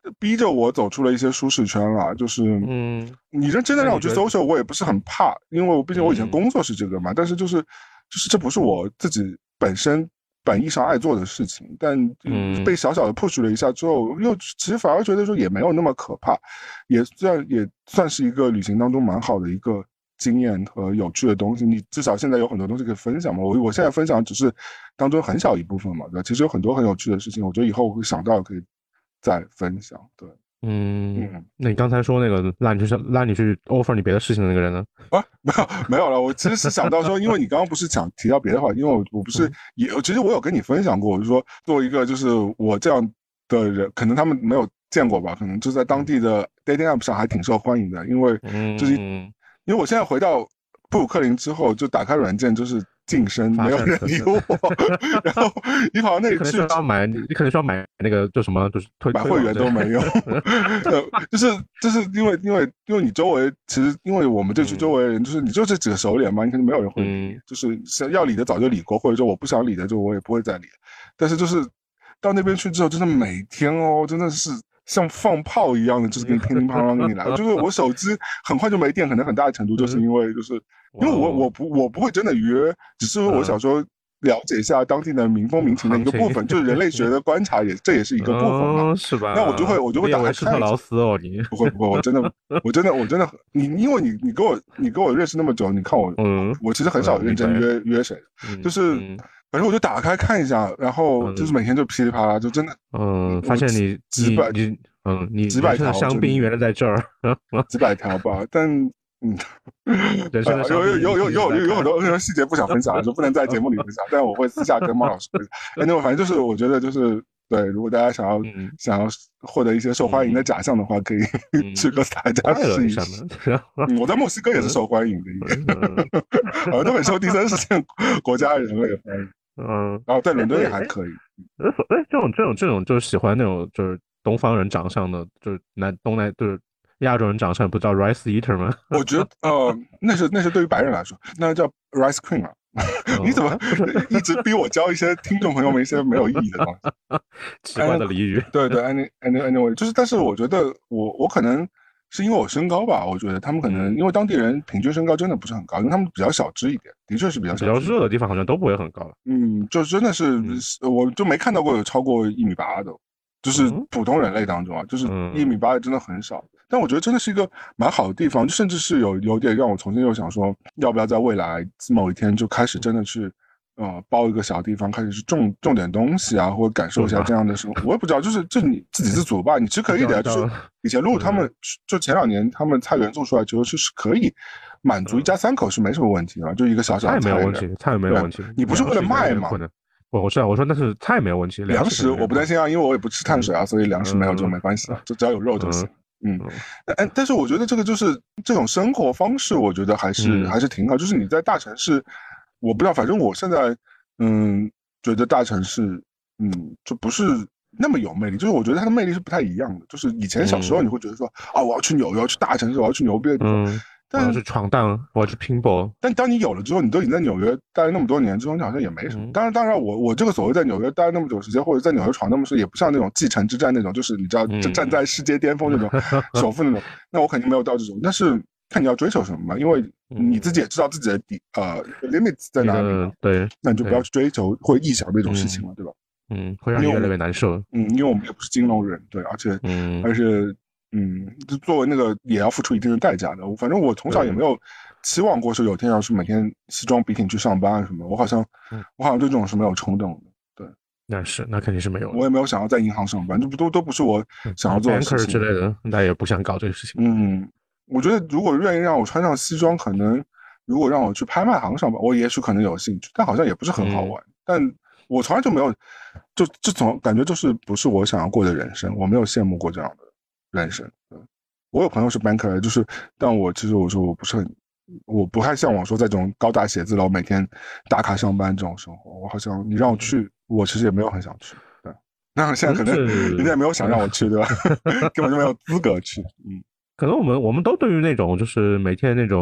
逼着我走出了一些舒适圈了，就是嗯，你认真的让我去 social， 我也不是很怕，因为我毕竟我以前工作是这个嘛，嗯、但是就是就是这不是我自己本身本意上爱做的事情，但被小小的 push 了一下之后，又其实反而觉得说也没有那么可怕，也算也算是一个旅行当中蛮好的一个经验和有趣的东西。你至少现在有很多东西可以分享嘛，我我现在分享只是当中很小一部分嘛，对吧？其实有很多很有趣的事情，我觉得以后我会想到可以再分享。对， 嗯，嗯那你刚才说那个拉你去拉你去 offer 你别的事情的那个人呢？ 啊，没有没有了，我其实是想到说，因为你刚刚不是想提到别的话，因为我我不是也，其实我有跟你分享过，我就说作为一个就是我这样的人，可能他们没有见过吧，可能就在当地的 dating app 上还挺受欢迎的，因为就是因为我现在回到布鲁克林之后，就打开软件就是晋升，没有人理我，然后你好像那你可能需要买，你可能需要买那个叫什么，就是推买会员都没用，就是就是因为因为因为你周围其实因为我们这区周围的人，就是你就这几个熟脸嘛，你可能没有人会理，就是要理的早就理过，或者说我不想理的就我也不会再理，但是就是到那边去之后，真的每天哦，真的是。像放炮一样的，就是给你乒乒乓乓给你来，就是我手机很快就没电，可能很大的程度就是因为就是因为我我不我不会真的约，只是我想说了解一下当地的民风民情的一个部分，就是人类学的观察也这也是一个部分嘛， 是吧？ 那我就会我就会打开看。 施特劳斯哦，你不会不会，我真的我真的我真的你因为你你跟我你跟我认识那么久，你看我嗯我其实很少认真约约谁，就是。反正我就打开看一下，然后就是每天就噼里啪啦，就真的， 嗯，发现你几百， 你嗯，你几百条香槟原来在这儿， 几百条吧，但嗯， 人生的有有有有有有有很多很多细节不想分享，就不能在节目里分享，但我会私下跟猫老师分享。那我反正就是我觉得就是对，如果大家想要想要获得一些受欢迎的假象的话，可以去哥斯达加试一试。我在墨西哥也是受欢迎的，一个，好像都很受第三世界国家人类欢迎。嗯，然后在伦敦也还可以。 哎，这种这种这种就是喜欢那种就是东方人长相的，就是南东南就是亚洲人长相，不叫 rice eater 吗？ 我觉得呃，那是那是对于白人来说，那叫 rice queen 啊。你怎么一直逼我教一些听众朋友们一些没有意义的东西？ 奇怪的俚语。 对对 ，any any anyway， 就是，但是我觉得我我可能。是因为我身高吧，我觉得他们可能因为当地人平均身高真的不是很高，因为他们比较小只一点，的确是比较小。 比较热的地方好像都不会很高。 嗯，就真的是，嗯、我就没看到过有超过一米八的，就是普通人类当中啊，就是一米八的真的很少。但我觉得真的是一个蛮好的地方，甚至是有有点让我重新又想说，要不要在未来某一天就开始真的去。呃，包一个小地方，开始去种种点东西啊，或者感受一下这样的生活。我也不知道，就是就你自给自足吧。你其实可以的，就是以前路他们就前两年他们菜园种出来，就是是可以满足一家三口是没什么问题的，就一个小小的菜没有问题，菜没有问题。 你不是为了卖吗？ 我我知道，我说那是菜没有问题， 粮食我不担心啊，因为我也不吃碳水啊，所以粮食没有就没关系啊，就只要有肉就行。嗯，但但是我觉得这个就是这种生活方式，我觉得还是还是挺好。就是你在大城市。我不知道，反正我现在，嗯，觉得大城市，嗯，就不是那么有魅力。就是我觉得它的魅力是不太一样的。就是以前小时候你会觉得说，啊，我要去纽约，我要去大城市，我要去牛逼的地方。但我要去闯荡，我要去拼搏。 但当你有了之后，你都已经在纽约待了那么多年之后，你好像也没什么。当然，当然，我我这个所谓在纽约待了那么久时间，或者在纽约闯那么时，也不像那种继承之战那种，就是你知道，就站在世界巅峰那种首富那种。那我肯定没有到这种，但是。看你要追求什么嘛，因为你自己也知道自己的底呃 limits 在哪里嘛， 对， 那你就不要去追求或者臆想那种事情了，对吧？ 嗯，会让你越来越难受。 嗯，因为我们也不是金融人，对，而且，嗯，而且，嗯，就作为那个也要付出一定的代价的。反正我从小也没有期望过说有天要是每天西装笔挺去上班什么，我好像，我好像对这种是没有冲动的。对， 那是，那肯定是没有。 我也没有想要在银行上班，这不都都不是我想要做的事情之类的，那也不想搞这个事情。 嗯。我觉得如果愿意让我穿上西装，可能如果让我去拍卖行上班，我也许可能有兴趣，但好像也不是很好玩。嗯、但我从来就没有，就这种感觉就是不是我想要过的人生，我没有羡慕过这样的人生。我有朋友是 banker， 就是，但我其实我说我不是很，我不太向往说在这种高大写字楼每天打卡上班这种生活。我好像你让我去，我其实也没有很想去。对，那现在可能人家也没有想让我去，对吧？根本就没有资格去。嗯。 可能我们我们都对于那种就是每天那种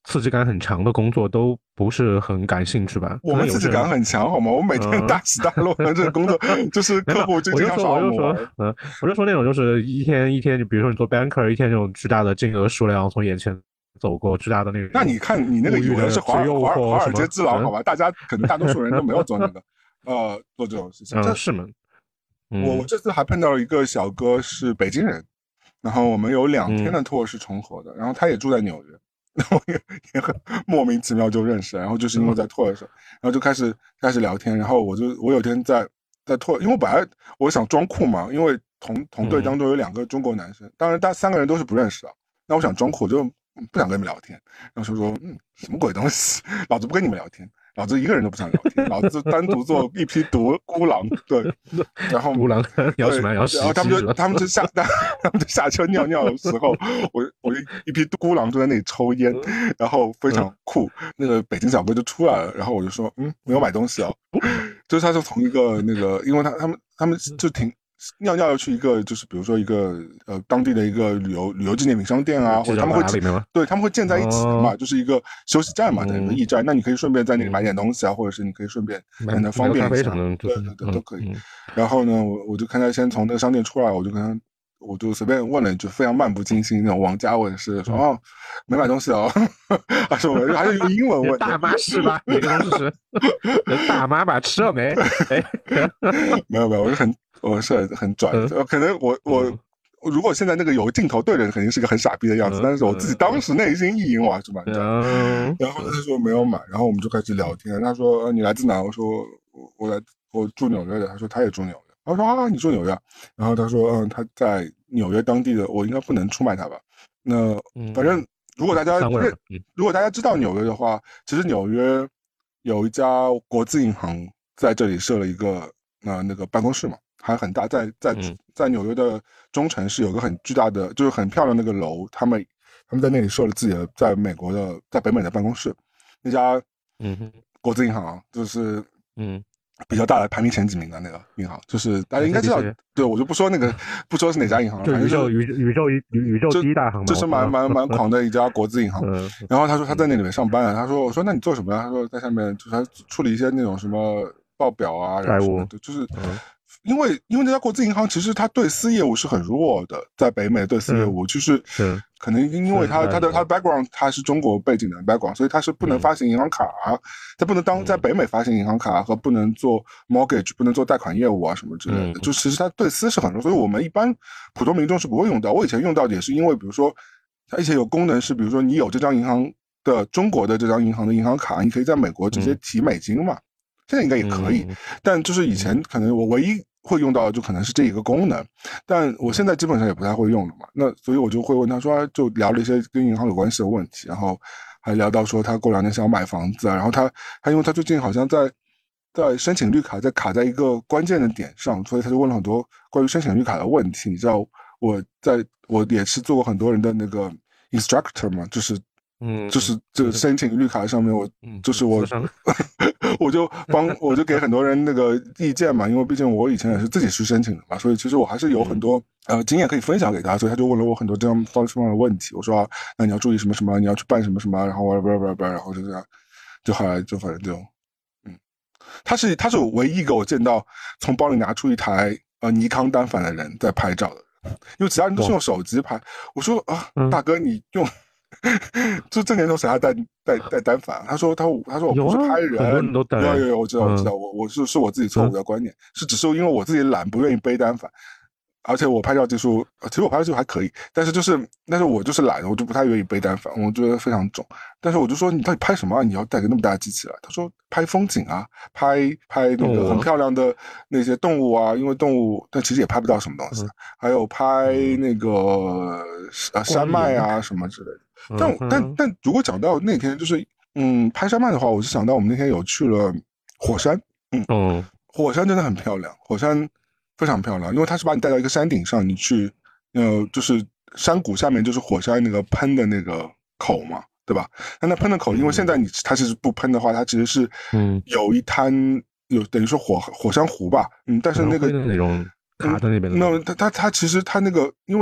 刺激感很强的工作都不是很感兴趣吧？ 我们刺激感很强，好吗？我每天大起大落的这个工作，就是客户就经常找我们玩。 嗯，我就说那种就是一天一天，就比如说你做 banker，一天这种巨大的金额数量从眼前走过，巨大的那种。 那你看你那个以为是华尔华尔华尔街之狼，好吧？大家可能大多数人都没有做那个，呃，做这种事情。 嗯，是吗？ 我我这次还碰到了一个小哥是北京人，然后我们有两天的 tour 是重合的，然后他也住在纽约。然后也也很莫名其妙就认识了，然后就是因为在拓的时候，然后就开始开始聊天，然后我就我有天在在拓，因为我本来我想装酷嘛，因为同同队当中有两个中国男生，当然大三个人都是不认识的，那我想装酷，我就不想跟你们聊天，然后就说嗯什么鬼东西，老子不跟你们聊天。老子一个人都不想聊天，老子单独做一批独孤狼，对，然后孤狼摇什么摇？ 然后他们就他们就下他们就下车尿尿的时候，我我一批孤狼就在那里抽烟，然后非常酷。那个北京小哥就出来了，然后我就说嗯，没有买东西哦，就是他就从一个那个，因为他他们他们就挺。尿尿要去一个，就是比如说一个呃当地的一个旅游旅游纪念品商店啊，或者他们会对他们会建在一起的嘛，哦、就是一个休息站嘛，等于驿站。那你可以顺便在那里买点东西啊，或者是你可以顺便让他方便一下，对对对都可以。嗯、然后呢，我我就看他先从那个商店出来，我就跟他。我就随便问了一句，非常漫不经心那种王家文式的说：“哦，没买东西哦。”还是我还是用英文问。 大妈是吧？你个东西是大妈吧？吃了没？哎， 没有没有，我是很我是很很拽，嗯、可能我我。嗯如果现在那个有镜头对着，肯定是个很傻逼的样子。嗯、但是我自己当时内心意淫，我还是蛮拽。嗯、然后他说没有买，然后我们就开始聊天。他说：“呃、你来自哪？”我说：“我我来我住纽约的。”他说：“他也住纽约。”他说啊，你住纽约？然后他说，嗯，他在纽约当地的，我应该不能出卖他吧？那反正如果大家认，嗯、如果大家知道纽约的话，其实纽约有一家国资银行在这里设了一个呃那个办公室嘛，还很大，在在在纽约的中城是有个很巨大的，就是很漂亮那个楼，他们他们在那里设了自己的在美国的在北美的办公室，那家嗯国资银行就是嗯。比较大的排名前几名的那个银行，就是大家应该知道，对我就不说那个，不说是哪家银行了， 就宇宙宇宇宙宇宇宙第一大行嘛， 这是蛮蛮蛮狂的一家国资银行。然后他说他在那里面上班啊，他说我说那你做什么呀？他说在下面就是他处理一些那种什么报表啊，然后什么的，就是。因为因为那家国资银行其实它对私业务是很弱的，在北美对私业务就是可能因为它它的它的 background 它是中国背景的 background， 所以它是不能发行银行卡，它不能当在北美发行银行卡和不能做 mortgage， 不能做贷款业务啊什么之类的，就其实它对私是很弱，所以我们一般普通民众是不会用到。我以前用到也是因为比如说它以前有功能是，比如说你有这张银行的中国的这张银行的银行卡，你可以在美国直接提美金嘛，现在应该也可以，但就是以前可能我唯一会用到的就可能是这一个功能，但我现在基本上也不太会用了嘛。那所以我就会问他说，就聊了一些跟银行有关系的问题，然后还聊到说他过两年想买房子啊，然后他他因为他最近好像在在申请绿卡，在卡在一个关键的点上，所以他就问了很多关于申请绿卡的问题。你知道我在我也是做过很多人的那个 instructor 嘛，就是。嗯，就是这个申请绿卡上面，我、嗯、就是我，我就帮我就给很多人那个意见嘛，因为毕竟我以前也是自己去申请的嘛，所以其实我还是有很多、嗯、呃经验可以分享给他，所以他就问了我很多这样方式方的问题。我说、啊、那你要注意什么什么，你要去办什么什么，然后我不不不不，然后就这样，就后来就反正就，嗯，他是他是唯一一个我见到从包里拿出一台呃尼康单反的人在拍照的，因为其他人都是用手机拍。我说啊，大哥你用。就这年头谁还带带带单反、啊？他说他他说我不是拍人， 很多人都带。 有有有，我知道我知道，我我是是我自己错误的观念，嗯、是只是因为我自己懒，不愿意背单反，而且我拍照技术，其实我拍照技术还可以，但是就是但是我就是懒，我就不太愿意背单反，我觉得非常重。但是我就说你到底拍什么、啊？你要带个那么大的机器来？他说拍风景啊，拍拍那个很漂亮的那些动物啊，因为动物但其实也拍不到什么东西，嗯、还有拍那个呃山脉啊什么之类的。但、嗯、但但如果讲到那天就是嗯拍山脉的话，我就想到我们那天有去了火山，嗯，嗯火山真的很漂亮，火山非常漂亮，因为它是把你带到一个山顶上，你去呃就是山谷下面就是火山那个喷的那个口嘛，对吧？但那喷的口，因为现在你它其实不喷的话，它其实是嗯有一滩有等于说火火山湖吧，嗯，但是那个那种卡在那边的， 那它它它其实它那个因为。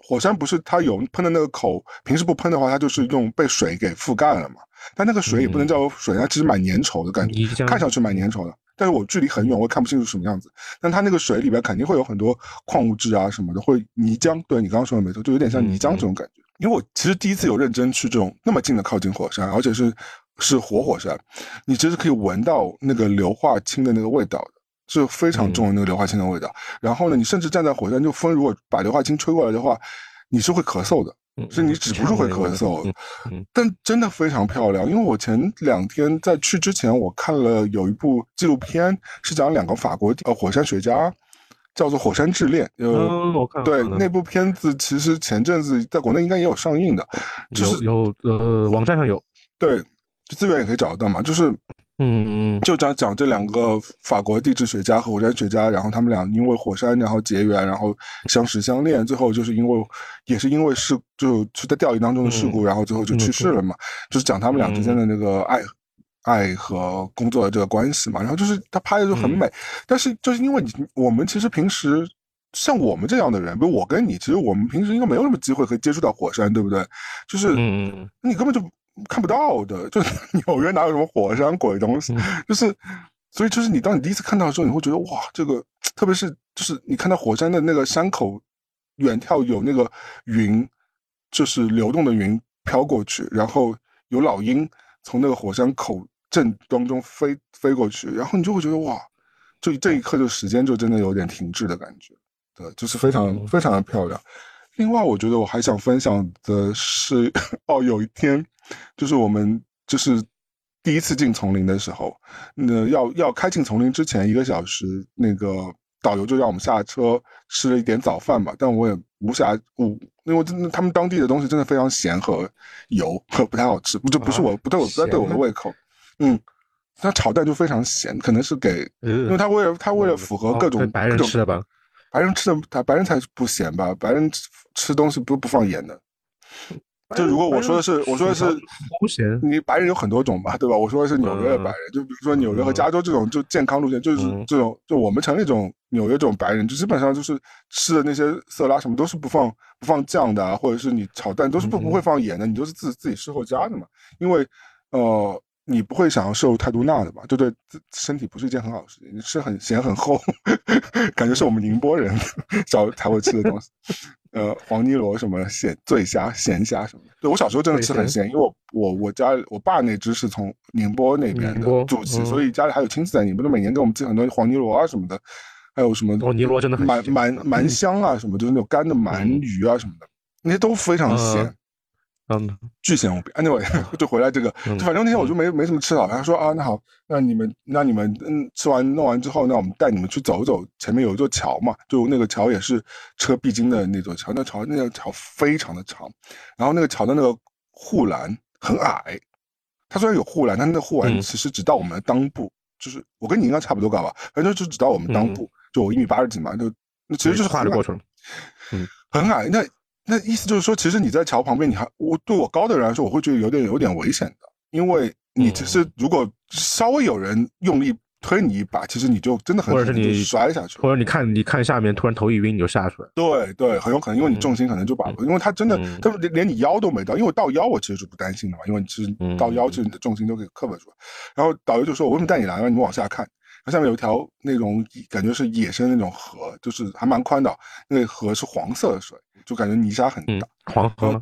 火山不是它有喷的那个口，平时不喷的话，它就是用被水给覆盖了嘛。但那个水也不能叫水，它其实蛮粘稠的感觉，看上去蛮粘稠的。但是我距离很远，我看不清楚什么样子。但它那个水里边肯定会有很多矿物质啊什么的，会泥浆。对你刚刚说的没错，就有点像泥浆这种感觉。因为我其实第一次有认真去这种那么近的靠近火山，而且是是活火山，你其实可以闻到那个硫化氢的那个味道的，是非常重的那个硫化氢的味道。嗯、然后呢，你甚至站在火山，就风如果把硫化氢吹过来的话，你是会咳嗽的。所以你止不住会咳嗽，嗯嗯、但真的非常漂亮。因为我前两天在去之前，我看了有一部纪录片，是讲两个法国呃火山学家，叫做《火山之恋》。呃， 嗯，我看对那部片子，其实前阵子在国内应该也有上映的，就是有有呃网站上有， 对，资源也可以找得到嘛，就是。 嗯嗯， 就讲讲这两个法国地质学家和火山学家，然后他们俩因为火山然后结缘，然后相识相恋，最后就是因为也是因为事就是在钓鱼当中的事故，嗯、然后最后就去世了嘛。嗯、就是讲他们俩之间的那个爱、嗯、爱和工作的这个关系嘛。然后就是他拍的就很美，嗯、但是就是因为你我们其实平时像我们这样的人，比如我跟你，其实我们平时应该没有什么机会可以接触到火山，对不对？就是嗯你根本就。看不到的，就是纽约哪有什么火山鬼东西，嗯、就是，所以就是你当你第一次看到的时候，你会觉得哇，这个特别是就是你看到火山的那个山口远眺有那个云，就是流动的云飘过去，然后有老鹰从那个火山口正当中飞飞过去，然后你就会觉得哇，就这一刻就时间就真的有点停滞的感觉，对，就是非常、嗯、非常的漂亮。另外，我觉得我还想分享的是，哦，有一天。就是我们就是第一次进丛林的时候，那要要开进丛林之前一个小时，那个导游就让我们下车吃了一点早饭嘛，但我也无暇无，因为真的他们当地的东西真的非常咸和油和不太好吃，这不是我、啊、不对我不太对我的胃口，嗯，它炒蛋就非常咸，可能是给，因为他为了他为了符合各种、 哦、白人吃的吧， 白人吃的白人才不咸吧，白人吃东西不不放盐的。就如果我说的是，我说的是，你白人有很多种吧，对吧？我说的是纽约的白人，嗯、就比如说纽约和加州这种就健康路线，就是这种，就我们城里这种纽约这种白人，就基本上就是吃的那些色拉什么都是不放不放酱的、啊，或者是你炒蛋都是不不会放盐的，你都是自自己事后加的嘛，因为呃你不会想要摄入太多钠的嘛，就对身体不是一件很好的事情。你吃很咸很厚，感觉是我们宁波人小才会吃的东西。呃，黄泥螺什么咸醉虾、咸虾什么的，对我小时候真的吃很咸，因为我我我家我爸那支是从宁波那边的住籍，嗯、所以家里还有亲戚在宁波，就每年给我们寄很多黄泥螺啊什么的，还有什么黄泥螺真的很蛮蛮蛮香啊什么，就是那种干的鳗鱼啊什么的，那些都非常咸。 嗯嗯， 巨咸无比。Anyway， 就回来这个，就反正那天我就没没什么吃好。他说啊，那好，那你们那你们嗯吃完弄完之后，那我们带你们去走走。前面有一座桥嘛，就那个桥也是车必经的那座桥。那桥那个桥非常的长，然后那个桥的那个护栏很矮。它虽然有护栏，但那个护栏其实只到我们的裆部，嗯、就是我跟你应该差不多高吧，反正就只到我们裆部。嗯、就我一米八十几嘛，就那其实就是跨着过去了， 嗯，很矮。那那意思就是说，其实你在桥旁边，你还我对我高的人来说，我会觉得有点有点危险的，因为你只是如果稍微有人用力推你一把，其实你就真的很可能就摔下去， 或者你看你看下面突然头一晕你就下去了。 对对，很有可能，因为你重心可能就把，嗯、因为他真的，他、嗯、连连你腰都没到，因为我到腰我其实是不担心的嘛，因为其实到腰其实你的重心都可以 cover 住。然后导游就说：“我为什么带你来？让你们往下看。”然后下面有一条那种感觉是野生那种河，就是还蛮宽的，那个河是黄色的水。就感觉泥沙很大， 嗯、黄河吗？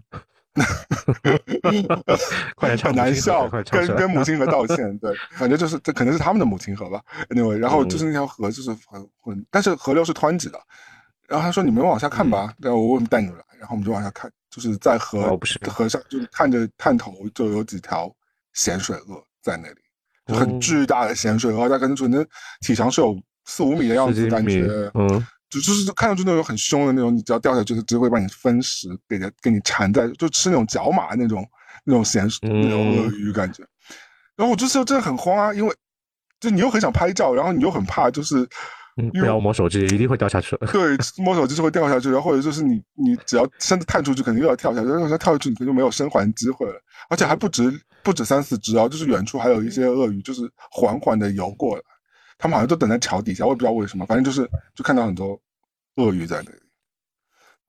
快点唱， 很难笑，跟跟母亲河道歉，对，反正就是这可能是他们的母亲河吧。Anyway， 然后就是那条河就是很很，但是河流是湍急的。然后他说：“你们往下看吧。”然后我为什么带你们来？然后我们就往下看，就是在河、 哦、 河上，就是看着探头就有几条咸水鳄在那里，就很巨大的咸水鳄，大概可能体长是有四五米的样子，感觉，嗯。就就是看上去那种很凶的那种，你只要掉下去，只会把你分食，给它给你缠在，就吃那种角马那种那种咸那种鳄鱼感觉。然后我就是真的很慌啊，因为就你又很想拍照，然后你又很怕，就是嗯，不要摸手机，一定会掉下去。 对，摸手机是会掉下去，然后或者就是你你只要身子探出去，肯定又要跳下去，然后跳下去你可能就没有生还机会了。而且还不止不止三四只啊，就是远处还有一些鳄鱼，就是缓缓的游过来。他们好像都等在桥底下，我也不知道为什么，反正就是就看到很多鳄鱼在那里。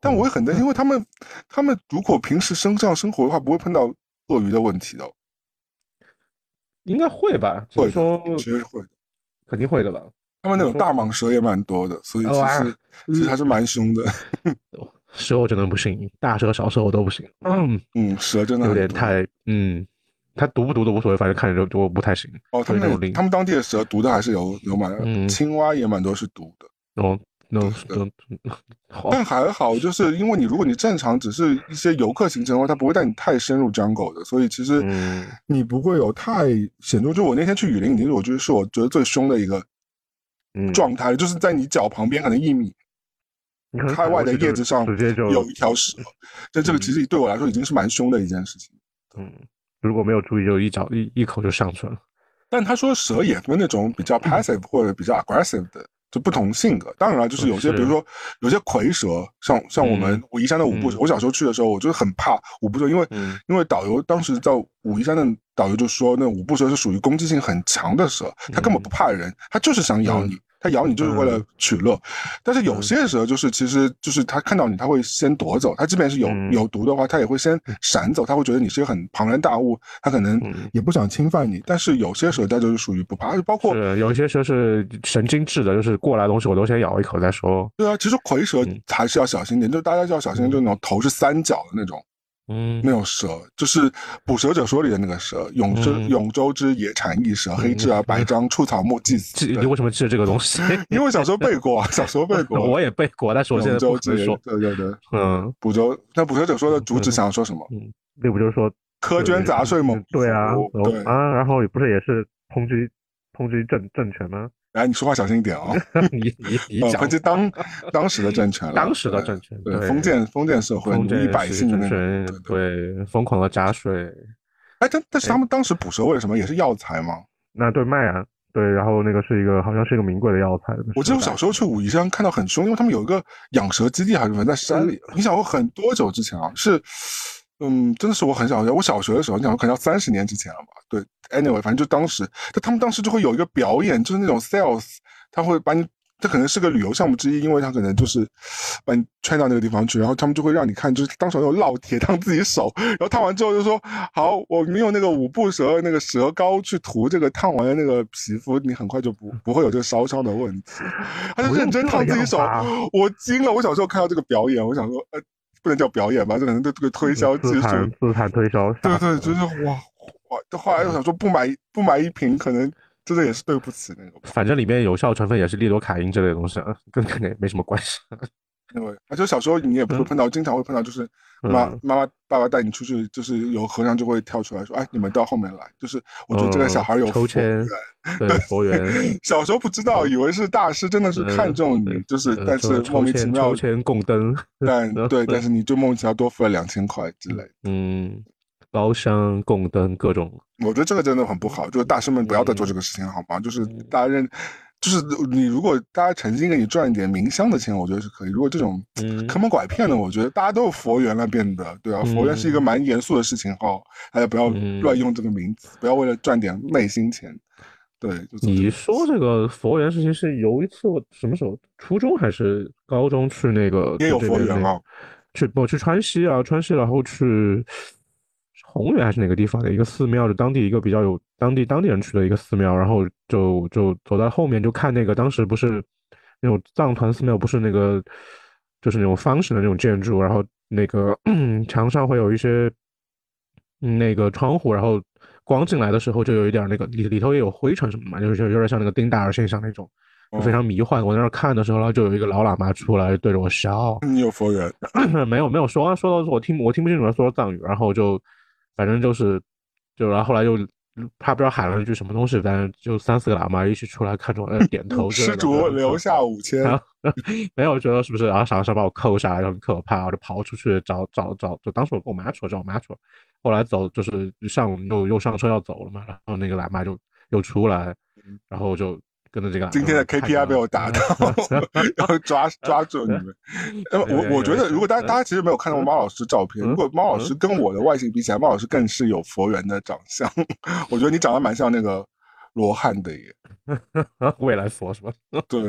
但我也很担心，因为他们他们如果平时生这样生活的话，不会碰到鳄鱼的问题的。 应该会吧？会说， 其实会的， 肯定会的吧。 他们那种大蟒蛇也蛮多的，所以其实、哦、其实还是蛮凶的。 蛇我真的不行，大蛇小蛇我都不行。嗯嗯，蛇真的有点太嗯，它毒不毒都无所谓，反正看着就我不太行。 哦，他们那他们当地的蛇毒的还是有有蛮、嗯，青蛙也蛮多是毒的。 哦，那、no, 那、no, 但还好，就是因为你如果你正常只是一些游客行程的话，它不会带你太深入 jungle 的，所以其实你不会有太显著。就我那天去雨林，已经是我觉得是我觉得最凶的一个状态，嗯、就是在你脚旁边可能一米开外的叶子上有一条蛇，但这个其实对我来说已经是蛮凶的一件事情。 嗯，如果没有注意，就一脚一一口就上去了。 但他说蛇也分那种比较 passive 或者比较 aggressive 的。就不同性格，当然了，就是有些，比如说有些蝰蛇，像像我们武夷山的五步蛇、嗯，我小时候去的时候，我就是很怕五步蛇，因为、嗯、因为导游当时在武夷山的导游就说，那五步蛇是属于攻击性很强的蛇，它根本不怕人，它就是想咬你。嗯它咬你就是为了取乐，嗯、但是有些蛇就是其实就是它看到你，它会先躲走。它即便是有、嗯、有毒的话，它也会先闪走。它会觉得你是一个很庞然大物，它可能也不想侵犯你。嗯、但是有些蛇它就是属于不怕，包括是有一些蛇是神经质的，就是过来的东西我都先咬一口再说。 对啊，其实蝰蛇还是要小心点，嗯、就大家就要小心，就那种头是三角的那种。嗯，那种蛇就是《捕蛇者说》里的那个蛇，永州、嗯、永州之野产异蛇，黑质啊白章触草木祭死。 你为什么记得这个东西？ 因为小时候背过，小时候背过。 我也背过，但是我现在不会说。 对对对，嗯，捕蛇那捕蛇者说的主旨想要说什么？ 嗯，那不就是说苛捐杂税猛？ 对啊， 对啊，然后不是也是抨击抨击政政权吗？ 哎，你说话小心一点哦！ 你你你讲， 抨击当当时的政权了， 当时的政权， 对封建封建社会奴役百姓的那种， 对疯狂的加税。 哎，但但是他们当时捕蛇为什么也是药材吗？ 那对卖啊，对，然后那个是一个好像是一个名贵的药材。 我记得我小时候去武夷山看到很凶，因为他们有一个养蛇基地还是什么在山里。你想，我很多久之前啊，是。嗯，真的是我很小，我小学的时候，你想可能要三十年之前了吧？对 ，anyway， 反正就当时，他们当时就会有一个表演，就是那种 sales， 他会把你，这可能是个旅游项目之一，因为他可能就是把你穿到那个地方去，然后他们就会让你看，就是当时有烙铁烫自己手，然后烫完之后就说，好，我们用那个五步蛇那个蛇膏去涂这个烫完的那个皮肤，你很快就不不会有这个烧伤的问题。他就认真烫自己手，我惊了。我小时候看到这个表演，我想说，呃。不能叫表演吧，这可能对这个推销技术， 资产推销， 对对，就是哇哇！后来我想说，不买不买一瓶，可能真的也是对不起那个。 反正里面有效成分也是利多卡因之类的东西，跟肯定没什么关系。 对，而且小时候你也不会碰到，嗯、经常会碰到，就是妈、嗯、妈妈爸爸带你出去，就是有和尚就会跳出来说：“哎，你们到后面来。”就是我觉得这个小孩有抽签，对佛缘。 小时候不知道，以为是大师真的是看中你，嗯、就是、嗯、但是莫名其妙抽签供灯， 但对，但是你就莫名其妙多付了两千块之类的。 嗯，包厢供灯各种， 我觉得这个真的很不好，就是大师们不要再做这个事情好吗？嗯、就是大家认。就是你如果大家诚心给你赚一点冥香的钱，我觉得是可以。如果这种坑蒙拐骗的，我觉得大家都有佛缘了，变得对啊，佛缘是一个蛮严肃的事情哈，大家不要乱用这个名词，不要为了赚点昧心钱。对， 你说这个佛缘事情是有一次我什么时候，初中还是高中去那个也有佛缘啊， 去我去川西啊，川西然后去。宏远还是哪个地方的一个寺庙，就当地一个比较有当地当地人去的一个寺庙，然后就就走到后面就看那个当时不是那种藏传寺庙，不是那个就是那种方形的那种建筑，然后那个墙上会有一些那个窗户，然后光进来的时候就有一点那个里里头也有灰尘什么嘛，就是有点像那个丁达尔现象那种，就非常迷幻。我在那看的时候，然后就有一个老喇嘛出来对着我笑。 你有佛缘？ 没有没有说说到我听我听不清楚他说藏语，然后就。反正就是，就然后后来又他不知道喊了一句什么东西，反正就三四个喇嘛一起出来看着我，呃，点头。 施主留下五千， 没有觉得是不是？然后想想把我扣下来，然后可怕，我就跑出去找找找，就当时我跟我妈说，找我妈说。后来走就是上午又又上车要走了嘛，然后那个喇嘛就又出来，然后我就。跟着这个今天的 K P I 被我达到，要抓抓住你们。我我觉得，如果大家大家其实没有看到猫老师照片，如果猫老师跟我的外形比起来，猫老师更是有佛缘的长相。我觉得你长得蛮像那个罗汉的耶， 未来佛是吧？ 对，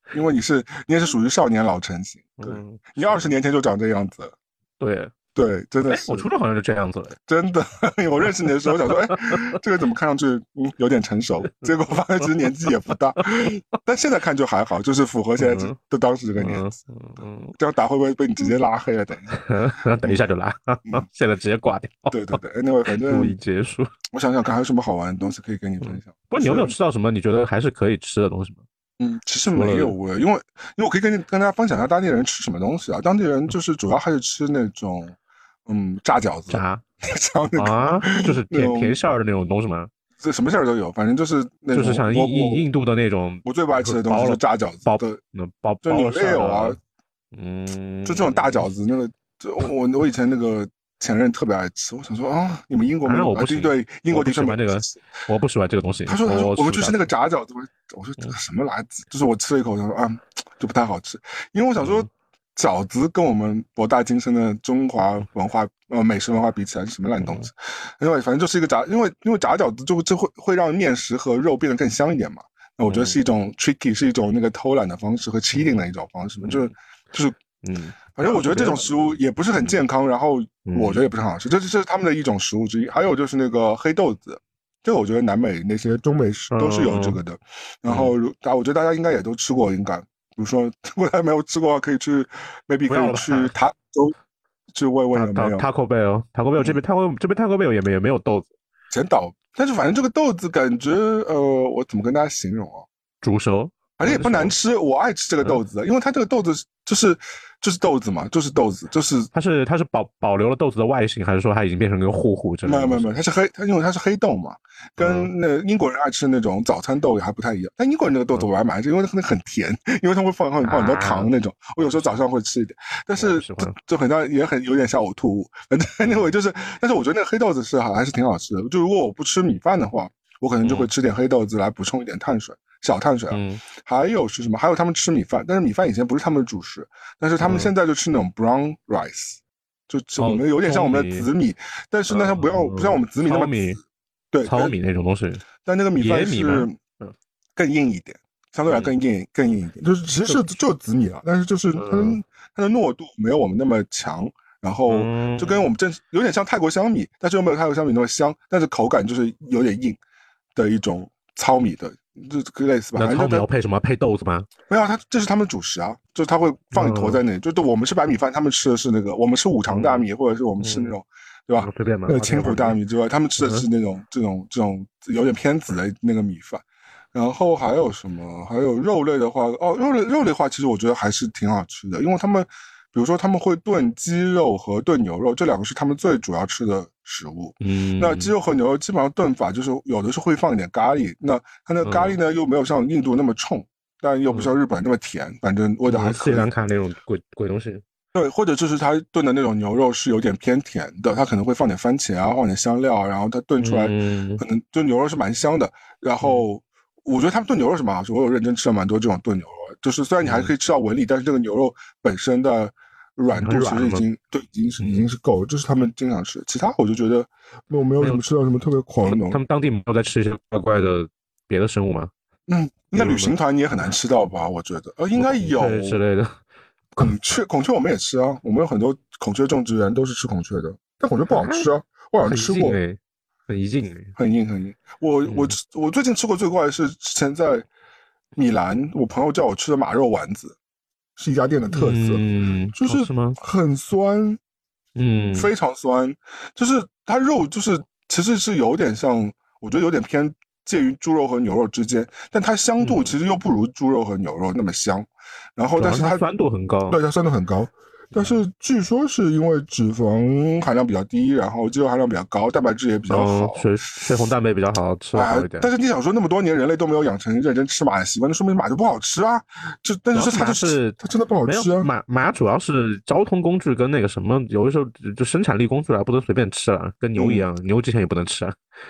因为你是你也是属于少年老成型，对， 嗯， 你二十年前就长这样子了， 对。 对，真的哎， 是。 我初中好像就这样子了。 真的，我认识你的时候，我想说，哎，这个怎么看上去嗯有点成熟？结果发现其实年纪也不大，但现在看就还好，就是符合现在这的当时这个年纪。 嗯嗯， 这样打会不会被你直接拉黑了？等一下， 等一下就拉，现在直接挂掉。 对对对，那 anyway, 反正录音结束。 我想想看还有什么好玩的东西可以跟你分享。 不过你有没有吃到什么你觉得还是可以吃的东西吗？ 嗯，其实没有诶，因为因为我可以跟你跟大家分享一下当地人吃什么东西啊。当地人就是主要还是吃那种嗯炸饺子。 炸。 像那个啊，就是甜甜馅儿的那种东西吗？ 这什么馅儿都有，反正就是那种就是像印印印度的那种。 我最不爱吃的东西就是炸饺子， 包对， 那包就纽约有啊， 嗯， 就这种大饺子，那个就我我以前那个前任特别爱吃，我想说啊，你们英国没有？ 啊、我不对对，英国的确没这个，我不喜欢这个东西。 他说他说我们就是那个炸饺子，我说嗯、 这个什么垃圾，就是我吃了一口，我说啊，就不太好吃，因为我想说。嗯饺子跟我们博大精深的中华文化呃美食文化比起来是什么烂东西？因为反正就是一个炸，因为因为炸饺子就就会会让面食和肉变得更香一点嘛。那我觉得是一种 tricky，是一种那个偷懒的方式和 cheating 的一种方式嘛，就是就是嗯，反正我觉得这种食物也不是很健康，然后我觉得也不是很好吃，这是这是他们的一种食物之一。还有就是那个黑豆子。这个我觉得南美那些中美食都是有这个的，然后大我觉得大家应该也都吃过，应该。比如说，如果还没有吃过，可以去 ，maybe 可以去塔州去问问有没有。 Taco Bell，Taco Bell 这边 Taco 这边 Taco Bell 也没有没有豆子， 全倒。但是反正这个豆子感觉，呃，我怎么跟大家形容啊？ 煮熟， 反正也不难吃，我爱吃这个豆子，因为它这个豆子就是就是豆子嘛，就是豆子，就是它是它是保保留了豆子的外形，还是说它已经变成一个糊糊？ 没有没有没有，它是黑，它因为它是黑豆嘛，跟那英国人爱吃那种早餐豆也还不太一样。但英国人那个豆子我还蛮爱吃，因为它很甜，因为它会放很放很多糖那种。我有时候早上会吃一点，但是就就很像也很有点像呕吐物。反正那我就是，但是我觉得那个黑豆子是还是挺好吃的。就如果我不吃米饭的话，我可能就会吃点黑豆子来补充一点碳水。小碳水啊，嗯、还有是什么？还有他们吃米饭，但是米饭以前不是他们的主食，但是他们现在就吃那种 brown rice，、嗯、就我们有点像我们的紫米，哦、但是呢，它不要、嗯、不像我们紫米那么紫，对， 糙米那种东西， 但那个米饭是更硬一点，相对来更硬、嗯、更硬一点，就是其实是就紫米了，但是就是它的、嗯、它的糯度没有我们那么强，然后就跟我们正有点像泰国香米，但是又没有泰国香米那么香，但是口感就是有点硬的一种糙米的。就类似吧， 那糙米要配什么？配豆子吗？ 没有，它这是他们主食啊，就是他会放一坨在那里。嗯、就我们吃白米饭，他们吃的是那个，我们吃五常大米，嗯、或者是我们吃那种，嗯、对吧？ 随便嘛。 那青浦大米之外，他们吃的是那种、嗯、这种这种有点偏紫的那个米饭。然后还有什么？还有肉类的话，哦，肉类肉类的话，其实我觉得还是挺好吃的，因为他们。比如说他们会炖鸡肉和炖牛肉，这两个是他们最主要吃的食物。嗯，那鸡肉和牛肉基本上炖法就是有的是会放一点咖喱，那它那个咖喱呢、嗯、又没有像印度那么冲，但又不像日本那么甜，嗯、反正味道还可以。 斯里兰卡那种鬼鬼东西。 对，或者就是他炖的那种牛肉是有点偏甜的，他可能会放点番茄啊，放点香料，然后他炖出来可能就牛肉是蛮香的。然后我觉得他们炖牛肉是蛮好吃，我有认真吃了蛮多这种炖牛肉。就是虽然你还可以吃到纹理，嗯、但是这个牛肉本身的软度其实已经对已经是已经是够了，这是他们经常吃。其他我就觉得我没有什么吃到什么特别狂的东西。 他们当地没有在吃一些怪怪的别的生物吗？ 嗯，应该旅行团你也很难吃到吧？我觉得呃应该有之类的。 孔雀孔雀我们也吃啊，我们有很多孔雀种植园都是吃孔雀的，但孔雀不好吃啊，我好像吃过， 很硬很硬很硬很硬。我我我最近吃过最怪的是之前在。米兰，我朋友叫我吃的马肉丸子，是一家店的特色， 嗯， 就是很酸， 嗯， 非常酸，就是它肉就是其实是有点像，我觉得有点偏介于猪肉和牛肉之间，但它香度其实又不如猪肉和牛肉那么香，然后但是它酸度很高， 对，它酸度很高。但是据说是因为脂肪含量比较低，然后肌肉含量比较高，蛋白质也比较好， 水水红蛋白比较好，吃的好一点。 但是你想说那么多年人类都没有养成认真吃马的习惯，那说明马就不好吃啊！就但是它就是它真的不好吃啊！ 马马主要是交通工具跟那个什么，有的时候就生产力工具啊，不能随便吃了，跟牛一样，嗯、牛之前也不能吃啊。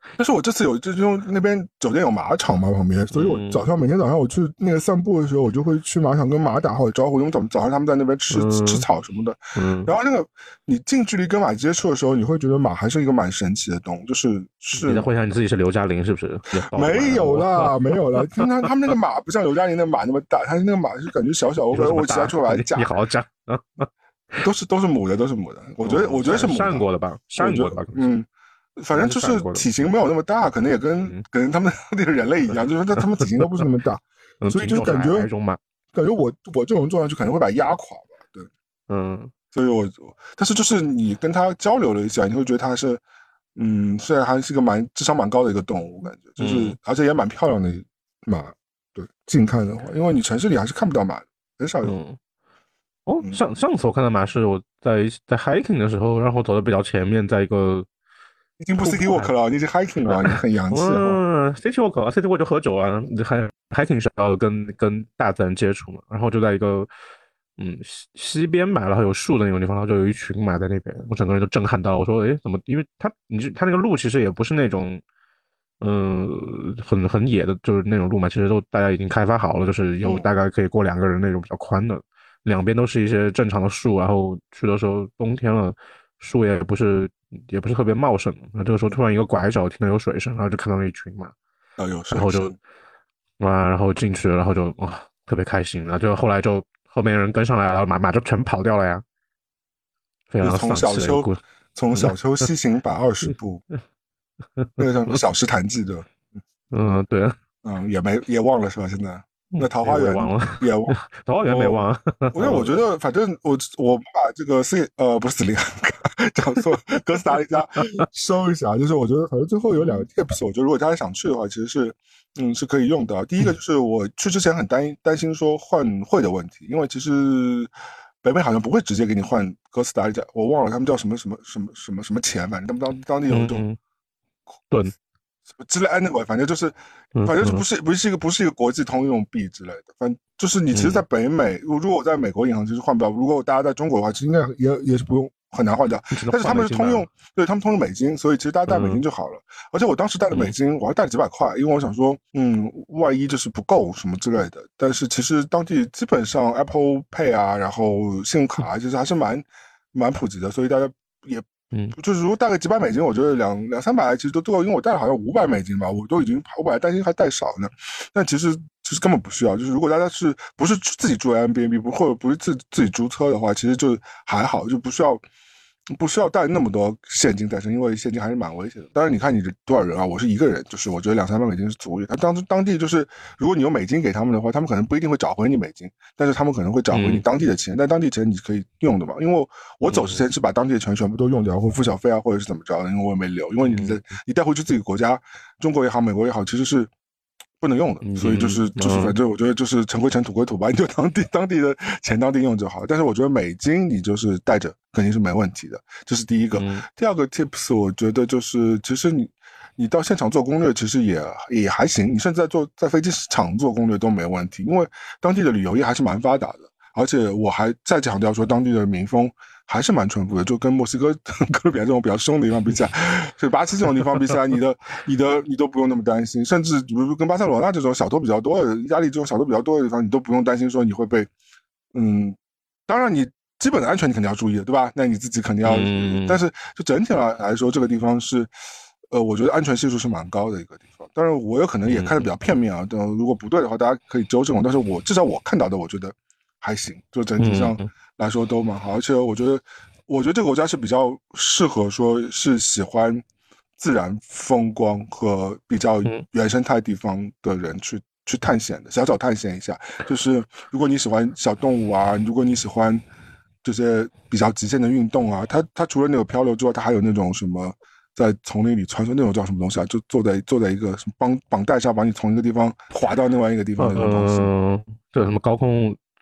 但是我这次有就是因为那边酒店有马场嘛旁边，所以我早上、嗯、每天早上我去那个散步的时候，我就会去马场跟马打好招呼，因为早早上他们在那边吃、嗯、吃草什么的。嗯，然后那个你近距离跟马接触的时候，你会觉得马还是一个蛮神奇的动物，就是是。 你在幻想你自己是刘嘉玲是不是？ 没有啦，没有啦，他他们那个马不像刘嘉玲的马那么大，他那个马是感觉小小，我感觉我骑下去把它夹。 你好好讲啊。 都是都是母的，都是母的。我觉得、哦、我觉得是母的。上过的吧？上过的吧？ 嗯。反正就是体型没有那么大，可能也跟、嗯、跟他们那个人类一样，就是他他们体型都不是那么大，嗯、所以就感觉感觉我我这种状态就可能会把它压垮吧，对， 嗯， 所以我但是就是你跟他交流了一下，你会觉得他是嗯，虽然还是一个蛮智商蛮高的一个动物，感觉就是、嗯、而且也蛮漂亮的马，对，近看的话，因为你城市里还是看不到马的，很少有。 嗯哦，上上次我看到马是我在在 hiking 的时候，然后走的比较前面，在一个已经不 city walk 了，你已经 hiking 了，你很洋气。 嗯 ，city walk 啊 ，city walk 就喝酒啊，还 hiking 是要跟跟大自然接触嘛，然后就在一个嗯西西边吧，然后有树的那种地方，然后就有一群马在那边，我整个人都震撼到，我说，诶，怎么？因为它你它那个路其实也不是那种嗯很很野的，就是那种路嘛，其实都大家已经开发好了，就是有大概可以过两个人那种比较宽的。两边都是一些正常的树，然后去的时候冬天了，树也不是也不是特别茂盛。那这个时候突然一个拐角，听到有水声，然后就看到那一群嘛， 啊有水声， 然后就哇，然后进去了，然后就哇特别开心，然后就后来就后面人跟上来了，然后马马就全跑掉了呀，非常从小丘从小丘西行百二十步，那个叫什么《小石潭记》的， 嗯对， 嗯也没也忘了是吧？现在。那桃花源忘了， 也忘， 桃花源没忘。 因为我觉得，反正我我把这个斯呃不是斯里兰卡，讲错哥斯达黎加收一下。就是我觉得，反正最后有两个 tips，我觉得如果大家想去的话，其实是嗯是可以用的。第一个就是我去之前很担担心说换汇的问题，因为其实北美好像不会直接给你换哥斯达黎加，我忘了他们叫什么什么什么什么什么钱，反正他们当当地有一种盾。 之类的那个，反正就是，反正就不是不是一个不是一个国际通用币之类的，反正就是你其实，在北美，如如果我在美国银行其实换不了，如果大家在中国的话，其实应该也也是不用很难换掉，但是他们是通用，对他们通用美金，所以其实大家带美金就好了。而且我当时带的美金，我还带了几百块，因为我想说，嗯，万一就是不够什么之类的。但是其实当地基本上 Apple Pay 啊，然后信用卡其实还是蛮蛮普及的，所以大家也。 嗯， 就是如果带个几百美金，我觉得两两三百其实都够，因为我带了好像五百美金吧，我都已经我本来担心还带少呢，但其实其实根本不需要。就是如果大家是不是自己住 Airbnb 不或者不是自自己租车的话，其实就还好，就不需要不需要带那么多现金在身，因为现金还是蛮危险的。当然你看你多少人啊，我是一个人，就是我觉得两三百美金是足以。他当当地就是如果你有美金给他们的话，他们可能不一定会找回你美金，但是他们可能会找回你当地的钱，嗯、但当地钱你可以用的嘛。因为我走之前是把当地的钱全部都用掉，或付小费啊，或者是怎么着的，因为我也没留。因为你的你带回去自己国家，中国也好，美国也好，其实是不能用的，所以就是就是反正我觉得就是尘归尘土归土吧，你就当地当地的钱当地用就好。但是我觉得美金你就是带着肯定是没问题的，这是第一个。嗯、第二个 tips 我觉得就是其实你你到现场做攻略其实也也还行，你甚至在做在飞机场做攻略都没问题，因为当地的旅游业还是蛮发达的。而且我还再强调说，当地的民风还是蛮淳朴的，就跟墨西哥、哥伦比亚这种比较凶的地方比起来，所以巴西这种地方比起来，你的、你的、你都不用那么担心。甚至比如跟巴塞罗那这种小偷比较多的、意大利这种小偷比较多的地方，你都不用担心说你会被，嗯，当然你基本的安全你肯定要注意的，对吧？那你自己肯定要，嗯、但是就整体来来说，这个地方是，呃，我觉得安全系数是蛮高的一个地方。当然，我有可能也看得比较片面啊，嗯、如果不对的话，大家可以纠正我。但是我至少我看到的，我觉得。还行，就整体上来说都蛮好，而且我觉得，我觉得这个国家是比较适合说是喜欢自然风光和比较原生态地方的人去去探险的，小小探险一下。就是如果你喜欢小动物啊，如果你喜欢这些比较极限的运动啊，它它除了那个漂流之外，它还有那种什么在丛林里穿梭那种叫什么东西啊？就坐在坐在一个绑绑带上，把你从一个地方滑到另外一个地方的那种东西。 嗯，这什么高空？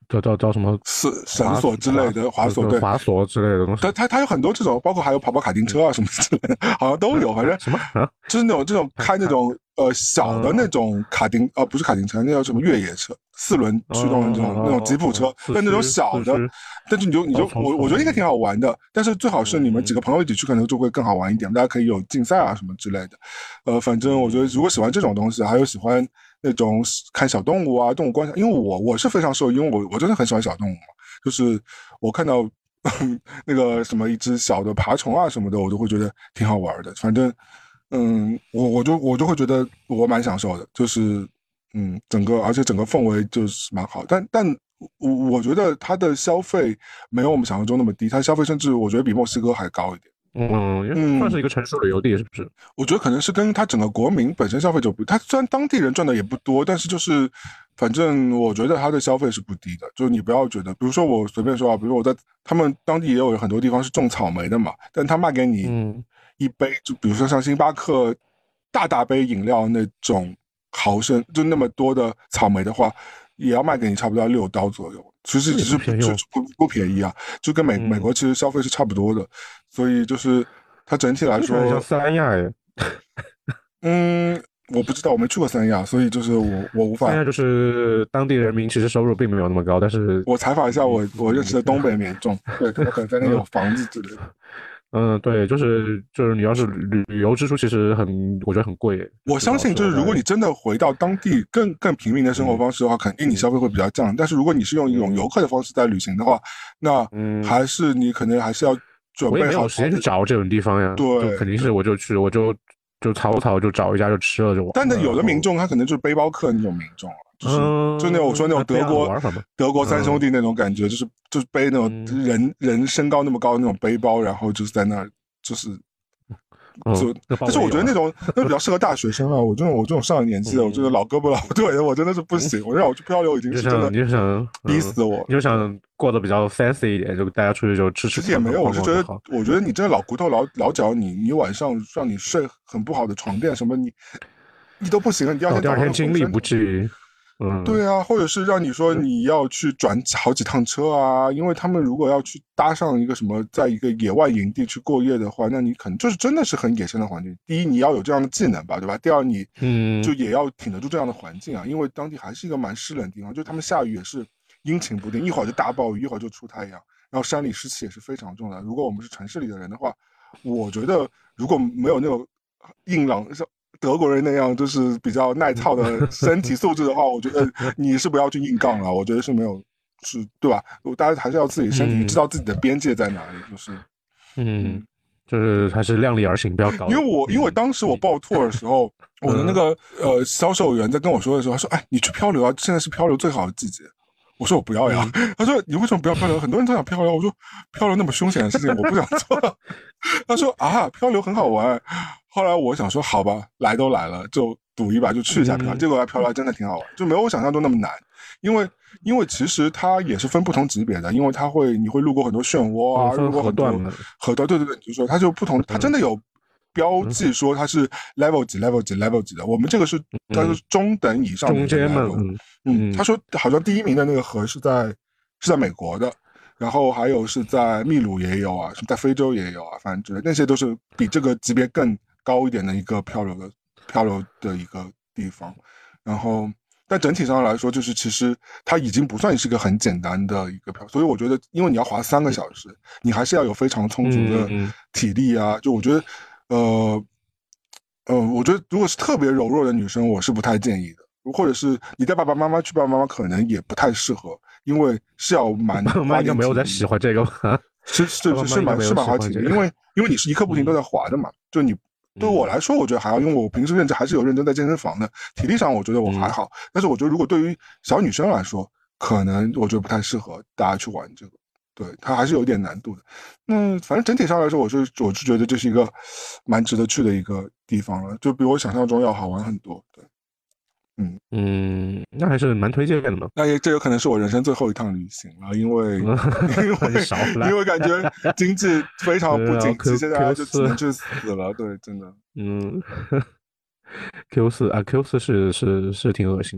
叫叫叫什么是绳索之类的滑索，对， 滑索之类的东西。 它它它有很多这种，包括还有跑跑卡丁车啊什么之类的，好像都有。反正什么啊？ 就是那种这种开那种呃小的那种卡丁呃不是卡丁车，那叫什么越野车，四轮驱动的这种那种吉普车，但那种小的，但是你就你就我我觉得应该挺好玩的。但是最好是你们几个朋友一起去，可能就会更好玩一点，大家可以有竞赛啊什么之类的。呃，反正我觉得如果喜欢这种东西，还有喜欢那种看小动物啊、动物观察，因为我我是非常受，因为我我真的很喜欢小动物嘛，就是我看到那个什么一只小的爬虫啊什么的，我都会觉得挺好玩的。反正，嗯，我我就我就会觉得我蛮享受的，就是嗯，整个而且整个氛围就是蛮好。但但我我觉得它的消费没有我们想象中那么低，它消费甚至我觉得比墨西哥还高一点。 嗯，因为算是一个城市旅游地，是不是？ 我觉得可能是跟他整个国民本身消费就不，他虽然当地人赚的也不多，但是就是反正我觉得他的消费是不低的。就是你不要觉得，比如说我随便说啊，比如说我在他们当地也有很多地方是种草莓的嘛，但他卖给你一杯，就比如说像星巴克大大杯饮料那种毫升，就那么多的草莓的话，也要卖给你差不多要六刀左右。其实其实不不不便宜啊，就跟美美国其实消费是差不多的。所以就是它整体来说， 很像三亚耶。 嗯，我不知道，我没去过三亚，所以就是我我无法。 三亚就是当地人民其实收入并没有那么高，但是我采访一下我我认识的东北民众，对，他们可能在那有房子之类的。 嗯，对，就是就是你要是旅旅游支出，其实很，我觉得很贵。 我相信，就是如果你真的回到当地更更平民的生活方式的话，肯定你消费会比较降。但是如果你是用一种游客的方式在旅行的话，那还是你可能还是要准备好。 我也没有时间去找这种地方呀， 对， 肯定是我就去，我就就草草就找一家就吃了就完了。 但是有的民众他可能就是背包客那种民众。就是就那种我说那种德国德国三兄弟那种感觉，就是就是背那种人人身高那么高的那种背包，然后就是在那儿就是就，但是我觉得那种那比较适合大学生啊。我这种我这种上了年纪的，我觉得老胳膊老腿的，我真的是不行。我让我去漂流已经是真的， 你就想逼死我， 你就想过得比较 fancy 一点，就大家出去就吃吃。 其实也没有，我是觉得我觉得你真的老骨头老老脚，你你晚上让你睡很不好的床垫什么你你都不行了，你第二天第二天精力不济。嗯， 对啊，或者是让你说你要去转好几趟车啊，因为他们如果要去搭上一个什么，在一个野外营地去过夜的话，那你可能就是真的是很野生的环境。第一，你要有这样的技能吧，对吧？第二，你嗯就也要挺得住这样的环境啊，因为当地还是一个蛮湿冷的地方，就他们下雨也是阴晴不定，一会儿就大暴雨，一会儿就出太阳，然后山里湿气也是非常重的。如果我们是城市里的人的话，我觉得如果没有那种硬朗像德国人那样就是比较耐操的身体素质的话，我觉得你是不要去硬杠了。我觉得是没有，是对吧？大家还是要自己身体、嗯、知道自己的边界在哪里，就是嗯，就是还是量力而行，不要搞。 因为我因为当时我报拓的时候，我的那个呃销售员在跟我说的时候，他说：“哎，你去漂流啊，现在是漂流最好的季节。”我说我不要呀，嗯、他说你为什么不要漂流？很多人都想漂流。我说漂流那么凶险的事情，我不想做。他说啊，漂流很好玩。后来我想说，好吧，来都来了，就赌一把，就去一下漂流。嗯、结果漂流真的挺好玩，就没有我想象中那么难。因为因为其实它也是分不同级别的，因为它会你会路过很多漩涡啊，路过很多河段，对对对，就是说它就不同，它真的有标记说它是 level 几 level 几 level 几的。我们这个是它是中等以上的 level， 中间嘛， 嗯嗯，他说好像第一名的那个河是在是在美国的。然后还有是在秘鲁也有啊，在非洲也有啊，反正之类那些都是比这个级别更高一点的一个漂流的漂流的一个地方。然后但整体上来说，就是其实它已经不算是一个很简单的一个漂，所以我觉得，因为你要滑三个小时，你还是要有非常充足的体力啊。嗯、就我觉得，呃呃，我觉得如果是特别柔弱的女生，我是不太建议的。或者是你带爸爸妈妈去，爸爸妈妈可能也不太适合，因为是要蛮爸爸妈妈应该没有在喜欢这个吧？ 是是是是蛮是蛮花体力，因为因为你是一刻不停都在滑的嘛。就你对我来说，我觉得还好，因为我平时认真还是有认真在健身房的，体力上我觉得我还好。嗯、但是我觉得如果对于小女生来说，可能我觉得不太适合大家去玩这个，对它还是有点难度的。那反正整体上来说，我是我是觉得这是一个蛮值得去的一个地方了，就比我想象中要好玩很多。对。嗯嗯，那还是蛮推荐的嘛。 那也这有可能是我人生最后一趟旅行了，因为因为因为感觉经济非常不景气，现在就只能去死了。对，真的。 嗯 ，Q 四啊 ，Q 四是是是挺恶心的。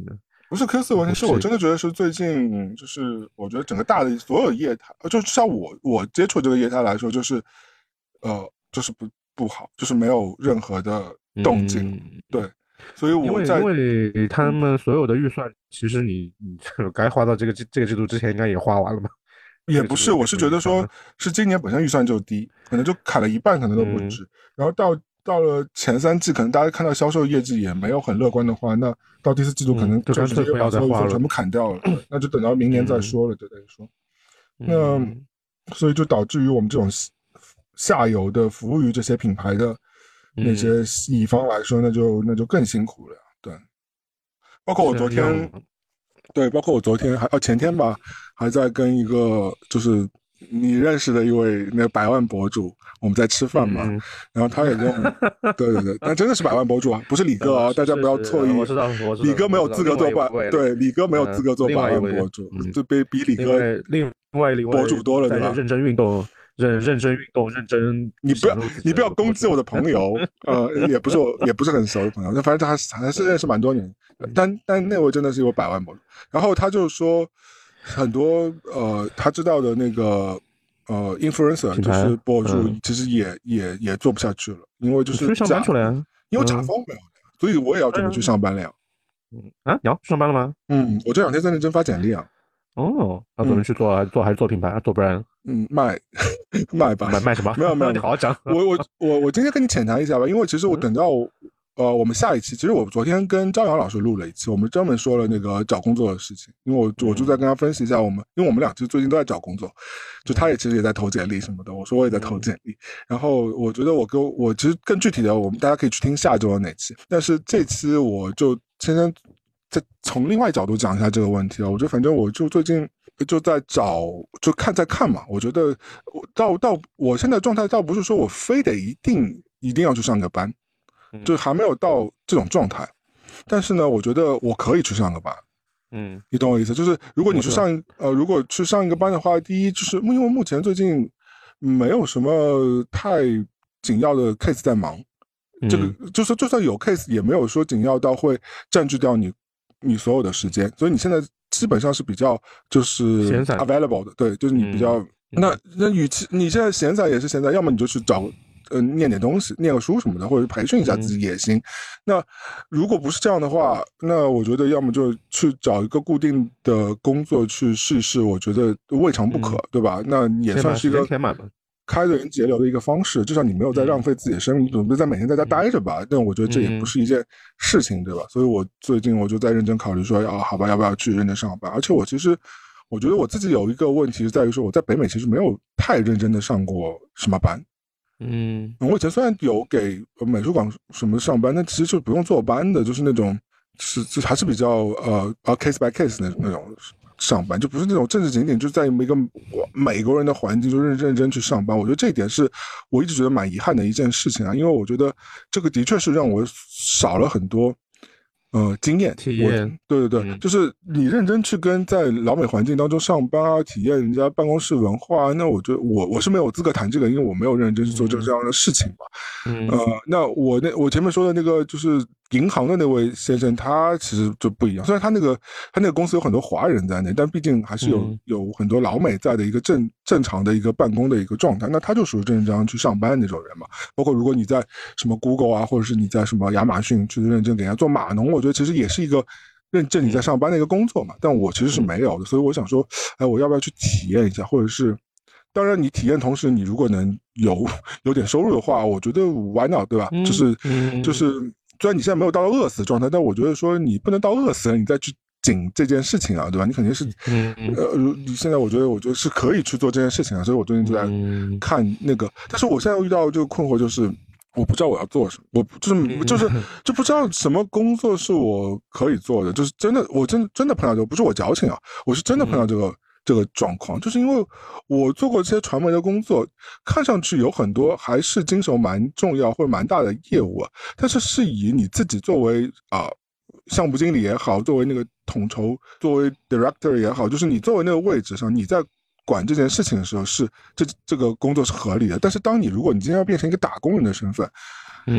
不是 Q 四问题，是我真的觉得是最近就是我觉得整个大的所有业态，就像我我接触这个业态来说，就是呃就是不不好，就是没有任何的动静，嗯、对。所以我在因为因为他们所有的预算，其实你你该花到这个这个季度之前应该也花完了吧？ 也不是，我是觉得说是今年本身预算就低，可能就砍了一半，可能都不止。嗯、然后到到了前三季，可能大家看到销售业绩也没有很乐观的话，那到第四季度可能就直接把所有预算全部砍掉了，嗯、那就等到明年再说了，就等于说。嗯、那所以就导致于我们这种下游的服务于这些品牌的那些乙方来说，那就那就更辛苦了。对，包括我昨天，对，包括我昨天还哦前天吧，还在跟一个就是你认识的一位那个百万博主，我们在吃饭嘛，嗯、然后他也跟我们，对对对，但真的是百万博主啊，不是李哥啊，大家不要错意， 我知道，我知道， 李哥没有资格做百，对，李哥没有资格做百万博主，嗯、就比比李哥另外另外博主多了，对吧？ 认真运动。认认真运动，认真。 你不要你不要攻击我的朋友，呃，也不是我也不是很熟的朋友，但反正他还是认识蛮多年。但但那位真的是有百万博主，然后他就说很多呃他知道的那个呃 influencer 就是博主，其实也、嗯、也也做不下去了，因为就是去上班去了呀， 因为甲方没有，所以我也要准备去上班了呀。 嗯啊，你要上班了吗？ 嗯，我这两天在认真发简历啊。 哦，要准备去做，还是做还是做品牌，做 brand？ 嗯，卖卖吧， 卖卖什么？ 没有没有， 你好好讲。 我我我我今天跟你浅谈一下吧，因为其实我等到、嗯、呃我们下一期，其实我昨天跟张瑶老师录了一期，我们专门说了那个找工作的事情，因为我我就在跟他分析一下我们，因为我们俩其实最近都在找工作，就他也其实也在投简历什么的，我说我也在投简历，然后我觉得我跟我其实更具体的，我们大家可以去听下周的那期，但是这期我就先先再从另外角度讲一下这个问题啊，我觉得反正我就最近。就在找，就看在看嘛。我觉得到到我现在状态，倒不是说我非得一定一定要去上个班，就还没有到这种状态。但是呢，我觉得我可以去上个班。嗯，你懂我意思？就是如果你去上呃，如果去上一个班的话，第一就是因为目前最近没有什么太紧要的 case 在忙，这个就是就算有 case 也没有说紧要到会占据掉你你所有的时间，所以你现在。基本上是比较就是 available 的，对，就是你比较、嗯、那那与其你现在闲散也是闲散，要么你就去找呃念点东西，念个书什么的，或者培训一下自己也行。嗯、那如果不是这样的话，那我觉得要么就去找一个固定的工作去试试，我觉得未尝不可，嗯、对吧？那也算是一个开源节流的一个方式，至少你没有在浪费自己的生命，你总不在每天在家待着吧？但我觉得这也不是一件事情，对吧？所以我最近我就在认真考虑说，啊，好吧，要不要去认真上班？而且我其实，我觉得我自己有一个问题是在于说，我在北美其实没有太认真的上过什么班。嗯，我以前虽然有给美术馆什么上班，但其实就不用坐班的，就是那种是就还是比较呃呃 case by case 那那种。上班就不是那种正式景点，就在一个美国人的环境就认认真去上班，我觉得这一点是我一直觉得蛮遗憾的一件事情啊，因为我觉得这个的确是让我少了很多呃经验体验， 对对对、嗯，就是你认真去跟在老美环境当中上班啊，体验人家办公室文化，那我觉得我我是没有资格谈这个，因为我没有认真去做这这样的事情嘛。嗯，呃，那我那我前面说的那个就是银行的那位先生，他其实就不一样。虽然他那个他那个公司有很多华人在内，但毕竟还是有、嗯、有很多老美在的一个正正常的一个办公的一个状态。那他就属于正常去上班那种人嘛。包括如果你在什么 Google 啊，或者是你在什么亚马逊去认真给人家做码农，我觉得其实也是一个认证你在上班的一个工作嘛。但我其实是没有的，所以我想说，哎，我要不要去体验一下，或者是。当然，你体验同时，你如果能有有点收入的话，我觉得 why not， 对吧？嗯、就是、嗯、就是，虽然你现在没有到饿死的状态，但我觉得说你不能到饿死了，你再去紧这件事情啊，对吧？你肯定是，嗯、呃，你现在我觉得，我觉得是可以去做这件事情啊，所以我最近就在看那个，但是我现在遇到这个困惑就是。我不知道我要做什么，我就是就是就不知道什么工作是我可以做的，就是真的，我真真的碰到这个，不是我矫情啊，我是真的碰到这个。这个状况，就是因为我做过这些传媒的工作，看上去有很多还是经手蛮重要或者蛮大的业务啊，但是是以你自己作为啊、呃、项目经理也好，作为那个统筹，作为 director 也好，就是你作为那个位置上，你在管这件事情的时候是这这个工作是合理的，但是当你如果你今天要变成一个打工人的身份，嗯。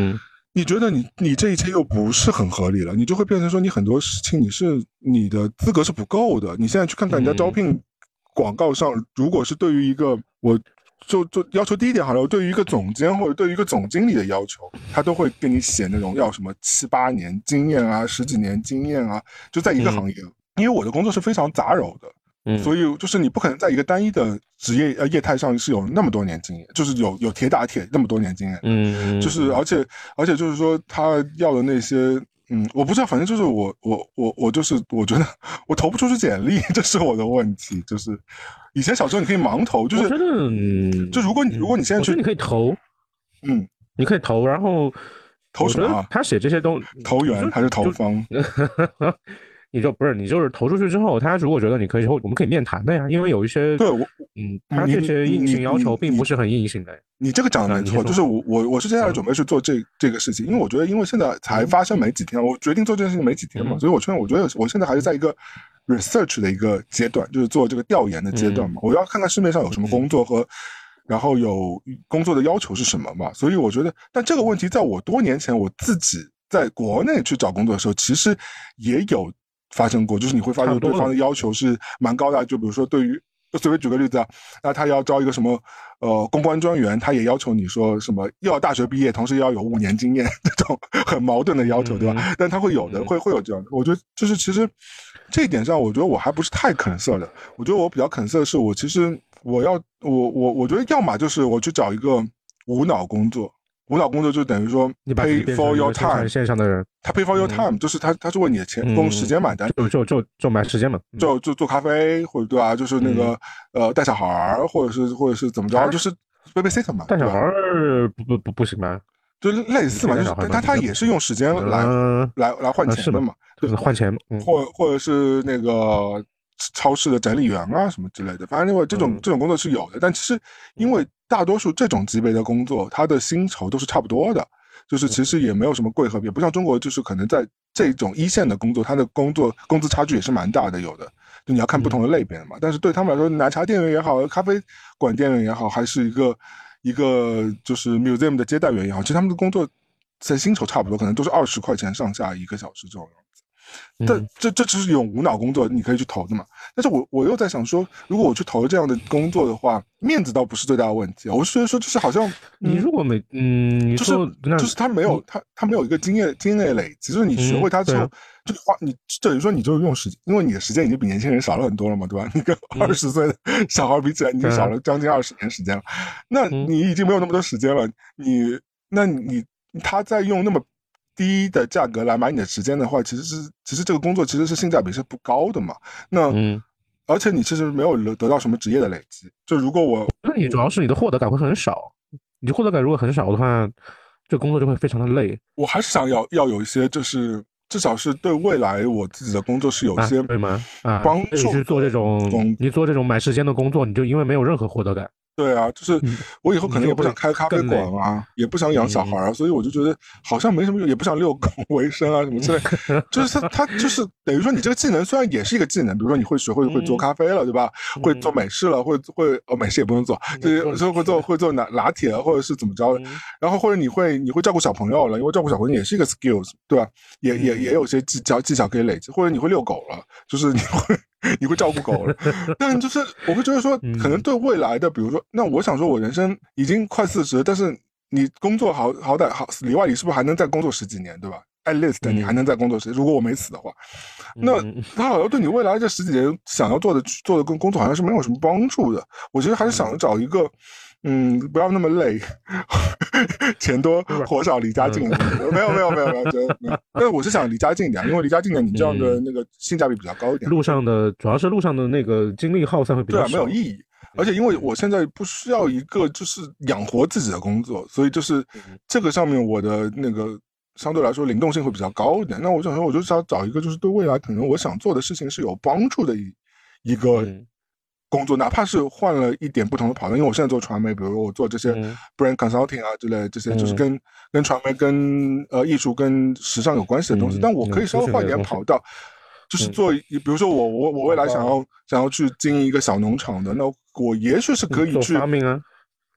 你觉得你你这一切又不是很合理了，你就会变成说你很多事情你是你的资格是不够的。你现在去看看人家招聘广告上，嗯、如果是对于一个我就就要求低一点好了，对于一个总监或者对于一个总经理的要求，他都会给你写那种要什么七八年经验啊，十几年经验啊，就在一个行业。嗯、因为我的工作是非常杂糅的。嗯，所以就是你不可能在一个单一的职业呃业态上是有那么多年经验，就是有有铁打铁那么多年经验，嗯，就是而且而且就是说他要的那些，嗯，我不知道，反正就是我我我我就是我觉得我投不出去简历，这是我的问题。就是以前小时候你可以盲投，就是嗯， 就如果你如果你现在去， 你可以投， 嗯， 你可以投，然后投什么？ 他写这些东投缘还是投方？ 你就不是你就是投出去之后，他如果觉得你可以，我们可以面谈的呀，因为有一些对我嗯，他这些硬性要求并不是很硬性的。 你, 你, 你这个讲的没错，就是我我我是接下来准备去做这、嗯、这个事情，因为我觉得因为现在才发生没几天，嗯、我决定做这件事情没几天嘛，嗯、所以我觉得我觉得我现在还是在一个 research 的一个阶段，就是做这个调研的阶段嘛，嗯、我要看看市面上有什么工作和。然后有工作的要求是什么嘛？所以我觉得，但这个问题在我多年前我自己在国内去找工作的时候，其实也有发生过，就是你会发现对方的要求是蛮高的，就比如说对于，就随便举个例子啊，那他要招一个什么呃公关专员，他也要求你说什么又要大学毕业，同时又要有五年经验，这种很矛盾的要求，对吧？嗯、但他会有的，会会有这样的。我觉得就是其实这一点上，我觉得我还不是太肯色的。我觉得我比较肯色的是，我其实我要我我我觉得要么就是我去找一个无脑工作。无脑工作就等于说 pay for your time， 线上的人， 他 pay for your time，、嗯、就是他他是为你的钱供时间买单， 就就就就买时间嘛， 嗯、就就做咖啡或者对吧？就是那个、嗯、呃带小孩或者是或者是怎么着，就是 babysitter 嘛， 带小孩不不不不行吗？ 就类似嘛，就是他他也是用时间来、嗯、来来换钱的嘛， 就是换钱， 嗯、或或者是那个超市的整理员啊什么之类的，反正因为这种、嗯、这种工作是有的，但其实因为大多数这种级别的工作，它的薪酬都是差不多的，就是其实也没有什么贵和也不像中国，就是可能在这种一线的工作，它的工作工资差距也是蛮大的，有的就你要看不同的类别嘛。嗯、但是对他们来说，奶茶店员也好，咖啡馆店员也好，还是一个一个就是 museum 的接待员也好，其实他们的工作在薪酬差不多，可能都是二十块钱上下一个小时这种。但这这只是一种无脑工作，你可以去投的嘛。但是我我又在想说，如果我去投这样的工作的话，面子倒不是最大的问题。我是觉得说，就是好像、嗯、 你如果没嗯， 就是就是他没有他他没有一个经验经验累积，就是你学会他之后，嗯、就花你等于说你就用时间，因为你的时间已经比年轻人少了很多了嘛，对吧？你跟二十岁的小孩比起来，你已经少了将近二十年时间了，那你已经没有那么多时间了。你那你他在用那么低的价格来买你的时间的话，其实是其实这个工作其实是性价比是不高的嘛。那嗯，而且你其实没有得到什么职业的累积。就如果我， 那你主要是你的获得感会很少。你的获得感如果很少的话，这个工作就会非常的累。 我还是想要要有一些，就是至少是对未来我自己的工作是有一些对吗？啊， 帮助。 你去做这种你做这种买时间的工作，你就因为没有任何获得感。 对啊，就是我以后可能也不想开咖啡馆啊，也不想养小孩啊，嗯、所以我就觉得好像没什么用，也不想遛狗为生啊什么之类。就是他，他就是等于说，你这个技能虽然也是一个技能，比如说你会学会会做咖啡了，对吧？嗯、会做美式了，会会哦，美式也不能做，就是有时候会做会做拿拿铁，或者是怎么着。嗯、然后或者你会你会照顾小朋友了，因为照顾小朋友也是一个 skills， 对吧？也也也有些技巧技巧可以累积，或者你会遛狗了，就是你会。你会照顾狗了，但就是我会觉得说，可能对未来的，比如说，那我想说，我人生已经快四十，但是你工作好好歹好里外里，是不是还能再工作十几年，对吧 ？At least 你还能再工作十，如果我没死的话，那他好像对你未来这十几年想要做的做的工工作好像是没有什么帮助的。我其实还是想找一个。嗯，不要那么累，钱多活少离家近。没有没有没有没有，觉得没有。但是我是想离家近一点，因为离家近一点，你这样的那个性价比比较高一点。 路上的主要是路上的那个精力耗散会比较少， 对啊，没有意义。而且因为我现在不需要一个就是养活自己的工作，所以就是这个上面我的那个相对来说灵动性会比较高一点。那我想说，我就想找一个就是对未来可能我想做的事情是有帮助的一一个。工作哪怕是换了一点不同的跑道，因为我现在做传媒，比如我做这些 brand consulting 啊之类的这些，就是跟、嗯、跟传媒、跟呃艺术、跟时尚有关系的东西，嗯、但我可以稍微换一点跑道，就是做，嗯、比如说我我我未来想要、嗯、想要去经营一个小农场的，那我也许是可以去发明啊，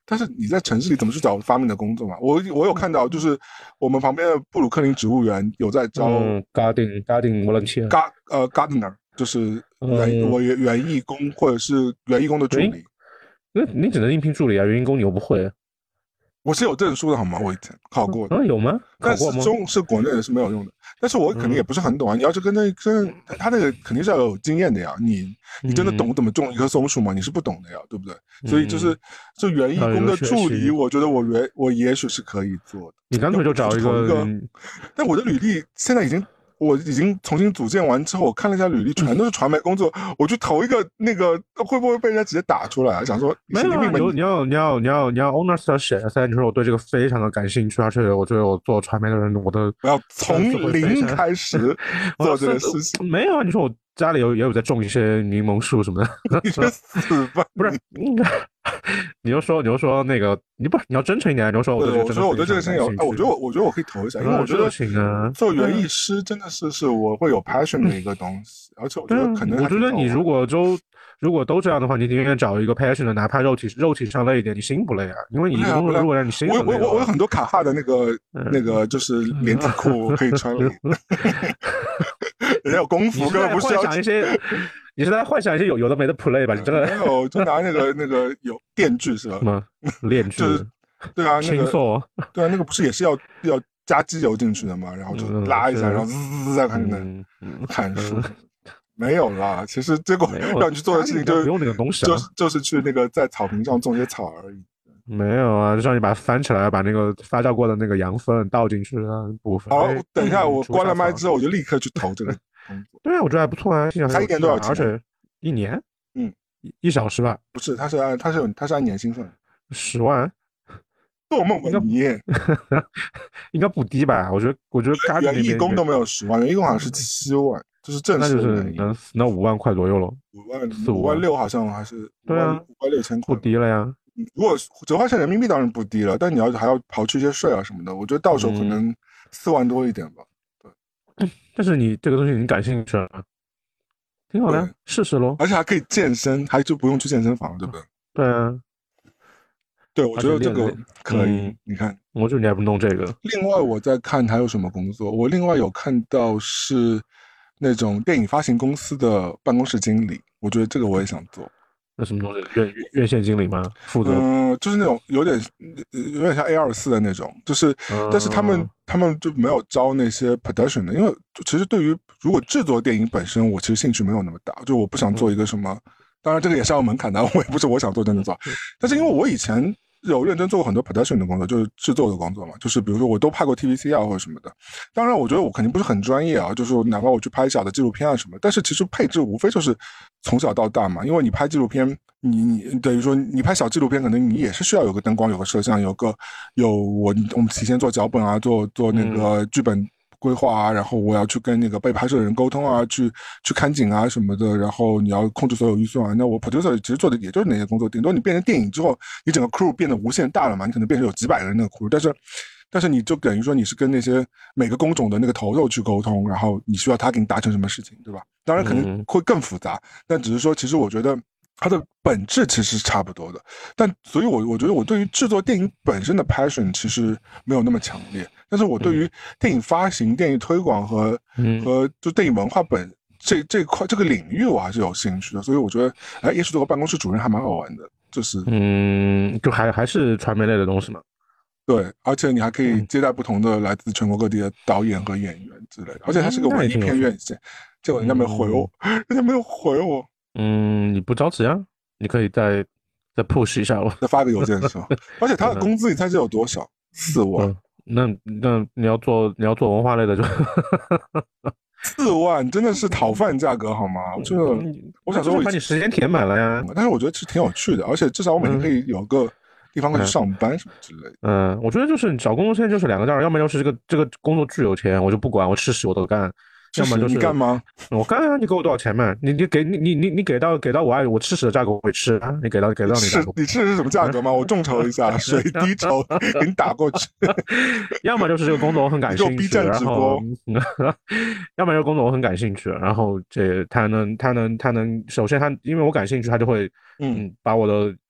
但是你在城市里怎么去找发明的工作嘛？我我有看到，就是我们旁边的布鲁克林植物园有在招， 嗯，garden garden volunteer， gar 呃 gardener， 就是园、 嗯、 我园园艺工或者是园艺工的助理。 那你只能应聘助理啊，园艺工你又不会。 我是有证书的好吗？我以前考过的。 啊，有吗？考过吗？ 但是中是国内的是没有用的。但是我肯定也不是很懂啊。嗯、你要是跟那跟他那个肯定是要有经验的呀。你你真的懂怎么种一棵松树吗？你是不懂的呀，对不对？嗯、所以就是就园艺工的助理，我觉得我原我也许是可以做的。 你干脆就找一个。 一个但我的履历现在已经。我已经重新组建完之后，我看了一下履历，全都是传媒工作。我去投一个那个，会不会被人家直接打出来？想说没有啊，你你要你要你要你要 honest 的写下来，你说我对这个非常的感兴趣，而且我觉得我做传媒的人，我的我要从零开始做这个事情。 没有啊，你说我家里有也有在种一些柠檬树什么的。 你去死吧！ 不是，你就说你就说那个，你不你要真诚一点，你就说我对这个真的。 我说我对这个事情有，哎，我觉得我我觉得我可以投一下，因为我觉得做园艺师真的是是我会有 passion 的一个东西，而且我觉得可能我觉得你如果都如果都这样的话，你宁愿找一个 passion 的，哪怕肉体肉体上累一点，你心不累啊？因为你如果如果让你心很累， 我我我有很多卡哈的那个那个就是连体裤可以穿里，人家有功夫，根本不是要想一些。你是在幻想一些有有的没的 play 吧？你真的没有，就拿那个那个有电锯是吧？ 什么炼锯？ 就是对啊， 那个对啊，那个不是也是要要加机油进去的嘛？然后就拉一下，然后滋滋滋再开始那砍树。没有啦，其实结果让你去做的事情就是不用那个东西， 就是就是去那个在草坪上种些草而已。 没有啊，就让你把它翻起来，把那个发酵过的那个羊粪倒进去啊部分。 好，等一下我关了麦之后，我就立刻去投这个。 对啊，我觉得还不错啊。 他一年多少钱？ 而且一年， 嗯， 一小时吧？ 不是，他是按他是他是按年薪算， 十万。 做梦吧你！ 应该不低吧？我觉得，我觉得园艺工都没有十万，园艺工好像是七万，就是正式那就是能那五万块左右了。 五万四五万六好像还是对啊， 五万六千块， 不低了呀。 如果折换成人民币当然不低了，但你要还要刨去一些税啊什么的，我觉得到手可能四万多一点吧。 对，但是你这个东西你感兴趣了，挺好的，试试喽。 而且还可以健身，还就不用去健身房，对不对？ 对啊， 对，我觉得这个可以。嗯、你看， 我觉得你还不弄这个。 另外，我在看还有什么工作，我另外有看到是那种电影发行公司的办公室经理，我觉得这个我也想做。 那什么东西？院院线经理吗？负责？ 嗯，就是那种有点有点像 A 二十四的那种，就是，嗯、但是他们他们就没有招那些 production 的，因为其实对于如果制作电影本身，我其实兴趣没有那么大，就我不想做一个什么，嗯、当然这个也是要门槛的，我也不是我想做真的做，但是因为我以前有认真做过很多 production 的工作，就是制作的工作嘛，就是比如说我都拍过 T V C 啊或者什么的，当然我觉得我肯定不是很专业啊，就是哪怕我去拍小的纪录片啊什么，但是其实配置无非就是从小到大嘛，因为你拍纪录片。你你等于说你拍小纪录片，可能你也是需要有个灯光、有个摄像、有个有我我们提前做脚本啊，做做那个剧本规划啊，然后我要去跟那个被拍摄的人沟通啊，去去看景啊什么的，然后你要控制所有预算啊。那我 producer 其实做的也就是那些工作，顶多你变成电影之后，你整个 crew 变得无限大了嘛，你可能变成有几百个人那个 crew， 但是但是你就等于说你是跟那些每个工种的那个头头去沟通，然后你需要他给你达成什么事情，对吧？当然可能会更复杂，但只是说其实我觉得。它的本质其实是差不多的，但所以我，我我觉得我对于制作电影本身的 passion 其实没有那么强烈，但是我对于电影发行、电影推广和、嗯、和就电影文化本这这块这个领域我还是有兴趣的，所以我觉得，哎，也许做个办公室主任还蛮好玩的，就是嗯，就还还是传媒类的东西嘛。 对，而且你还可以接待不同的来自全国各地的导演和演员之类的，而且它是个文艺片院线，结果人家没有回我，嗯、人家没有回我。 嗯，你不着急啊？你可以再再 push 一下我， 再发个邮件是吧？而且他的工资你猜是有多少？四万、 嗯。那那你要做你要做文化类的就四万，真的是讨饭价格好吗？这个、嗯、我想说我把你时间填满了呀。 但是我觉得其实挺有趣的，而且至少我每天可以有个地方可以上班什么之类的。 嗯，我觉得就是你找工作现在就是两个道，要么就是这个这个工作巨有钱，我就不管，我吃屎我都干。要么就是你干吗？ 我干啊！你给我多少钱嘛？你你给你你你你给到给到我爱我吃屎的价格我会吃啊！你给到给到你吃你吃的是什么价格吗？我众筹一下，水滴筹给你打过去。 要么就是这个工作我很感兴趣， B 站直播， 要么这个工作我很感兴趣，然后这他能他能他能首先他因为我感兴趣，他就会嗯把我的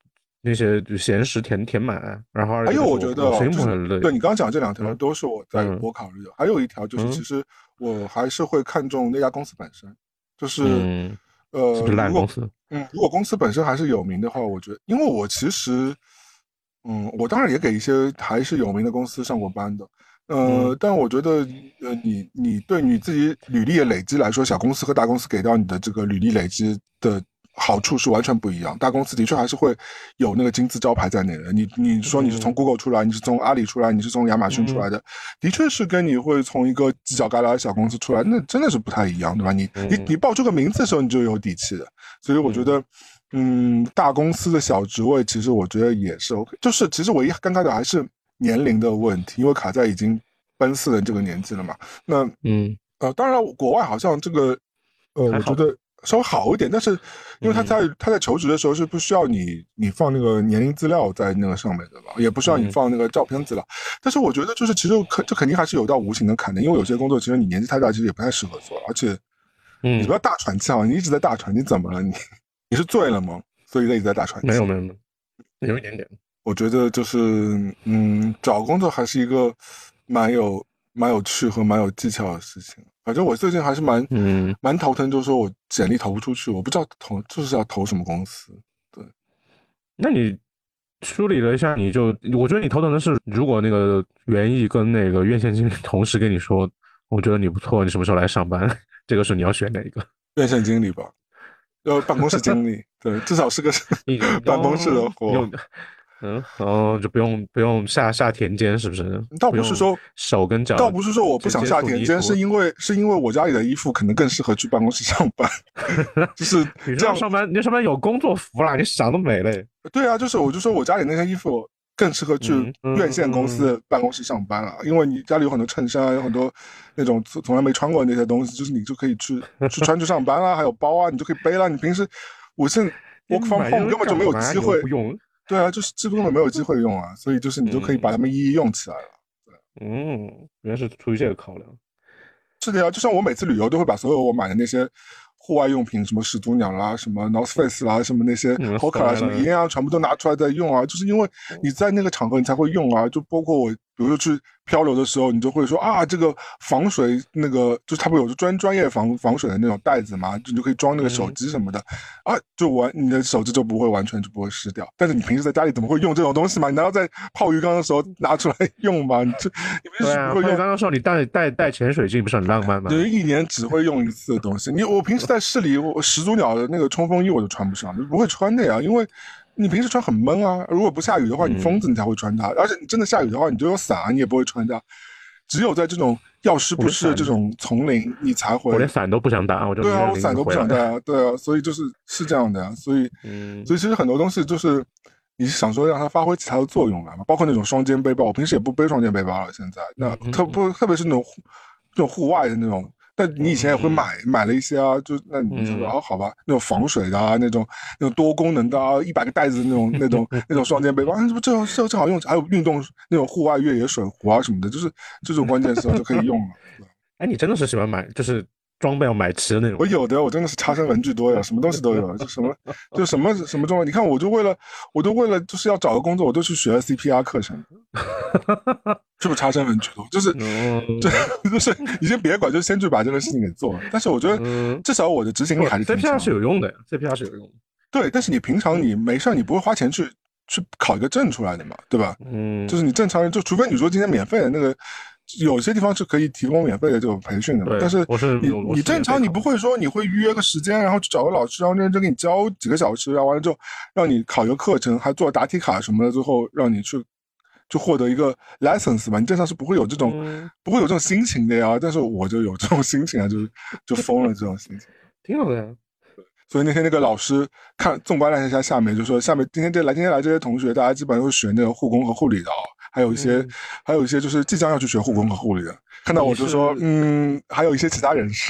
那些就闲时填填满，然后还有我觉得声音就是不很累。 对你刚刚讲这两条嗯都是我在嗯我考虑的，还有一条就是其嗯实我还是会看重那家公司本身，就是嗯，是不呃， 是烂如果公司？ 嗯如果公司本身还是有名的话，我觉得，因为我其实嗯，我当然也给一些还是有名的公司上过班的，呃， 嗯但我觉得，呃，你你对你自己履历的累积来说，小公司和大公司给到你的这个履历累积的好处是完全不一样。大公司的确还是会有那个金字招牌在那的。你你说你是从嗯 Google 出来，你是从阿里出来，你是从亚马逊出来嗯的，的确是跟你会从一个犄角旮旯的小公司出来，那真的是不太一样，对吧？你你嗯你报这个名字的时候，你就有底气的。所以我觉得。嗯，大公司的小职位，其实我觉得也是 OK。就是其实唯一尴尬的还是年龄的问题，因为卡在已经奔四的这个年纪了嘛。那嗯， 呃，当然国外好像这个，呃， 还好吧。 我觉得稍微好一点，但是因为他在、他在求职的时候是不需要你你放那个年龄资料在那个上面的吧，也不需要你放那个照片资料。但是我觉得就是其实可这肯定还是有道无形的坎的，因为有些工作其实你年纪太大，其实也不太适合做，而且你不要嗯， 大喘气啊，你一直在大喘，你怎么了你？你是醉了吗？所以一直在大喘气。 没有没有没有，有一点点。 我觉得就是，嗯，找工作还是一个蛮有蛮有趣和蛮有技巧的事情。反正我最近还是蛮嗯， 蛮头疼，就是说我简历投不出去，我不知道投就是要投什么公司。对， 那你梳理了一下，你就我觉得你头疼的是，如果那个园艺跟那个院线经理同时跟你说，我觉得你不错，你什么时候来上班？这个时候你要选哪一个？ 院线经理吧，要办公室经理，对，至少是个你办公室的活。 用嗯，然后就不用不用下下田间，是不是？不用倒不是说手跟脚， 倒不是说我不想下田间，是因为是因为我家里的衣服可能更适合去办公室上班，就是你这样上班，你上班有工作服啦，你想得美嘞。 对啊，就是我就说我家里那些衣服更适合去院线公司的办公室上班了，因为你家里有很多衬衫啊，有很多那种从来没穿过的那些东西，就是你就可以去去穿去上班啦，还有包啊，你就可以背啦。你平时我现在 work from home 根本就没有机会用。 对啊，就是几乎根本没有机会用啊，所以就是你就可以把它们一一用起来了。 嗯，原来是出于这个考量。 是的呀，就像我每次旅游都会把所有我买的那些户外用品，什么始祖鸟啦，什么 North Face 啦，什么那些 Hoka 啦，什么一样，全部都拿出来再用啊，就是因为你在那个场合你才会用啊，就包括我，比如说去漂流的时候，你就会说啊，这个防水那个，就它不有专专业防防水的那种袋子嘛，就你就可以装那个手机什么的，啊，就完你的手机就不会完全就不会湿掉。但是你平时在家里怎么会用这种东西嘛？你难道在泡鱼缸的时候拿出来用吗？你就你平时不会用。 泡鱼缸的时候你带带带潜水镜不是很浪漫吗？ 就是一年只会用一次的东西。你我平时在市里，我始祖鸟的那个冲锋衣我都穿不上，就不会穿的呀，因为你平时穿很闷啊。如果不下雨的话，你疯子你才会穿它，嗯、而且你真的下雨的话，你就有伞，你也不会穿它。只有在这种要湿不湿的这种丛林，你才会。 我连伞都不想打，我就对啊，我伞都不想带啊，对啊，所以就是是这样的呀，所以，嗯，所以其实很多东西就是你想说让它发挥其他的作用来嘛，包括那种双肩背包，我平时也不背双肩背包了，现在那特不特别是那种这种户外的那种。但你以前也会买、嗯、买了一些啊，就那你就说、嗯、哦好吧，那种防水的啊，那种那种多功能的啊，一百个袋子的那种那种那种双肩背包，这不正正正好用，还有运动那种户外越野水壶啊什么的，就是这种关键时候就可以用了。 哎，你真的是喜欢买，就是装备要买齐的那种？ 我有的，我真的是差生文具多呀，什么东西都有，就什么就什么什么装备。你看，我就为了我就为了就是要找个工作，我就去学了 C P R 课程。是不是差生文具多？就是，嗯、就就是你先别管，就先去把这个事情给做了。但是我觉得，至少我的执行力还是挺强的。 C P R 是有用的 ，C P R 是有用的。 对，但是你平常你没事，你不会花钱去去考一个证出来的嘛，对吧？嗯，就是你正常人，就除非你说今天免费的那个，有些地方是可以提供免费的这种培训的嘛。但是你你正常你不会说你会预约个时间，然后去找个老师，然后认真给你教几个小时，然后完了之后让你考一个课程，还做答题卡什么的，最后让你去。就获得一个 license 吧，你正常是不会有这种、嗯、不会有这种心情的呀，但是我就有这种心情啊，就是就疯了这种心情， 挺好的呀。 所以那天那个老师看纵观了一下下面，就说下面今天这来今天来这些同学，大家基本上都是学那个护工和护理的啊、哦，还有一些、嗯、还有一些就是即将要去学护工和护理的，看到我就说嗯，还有一些其他人士。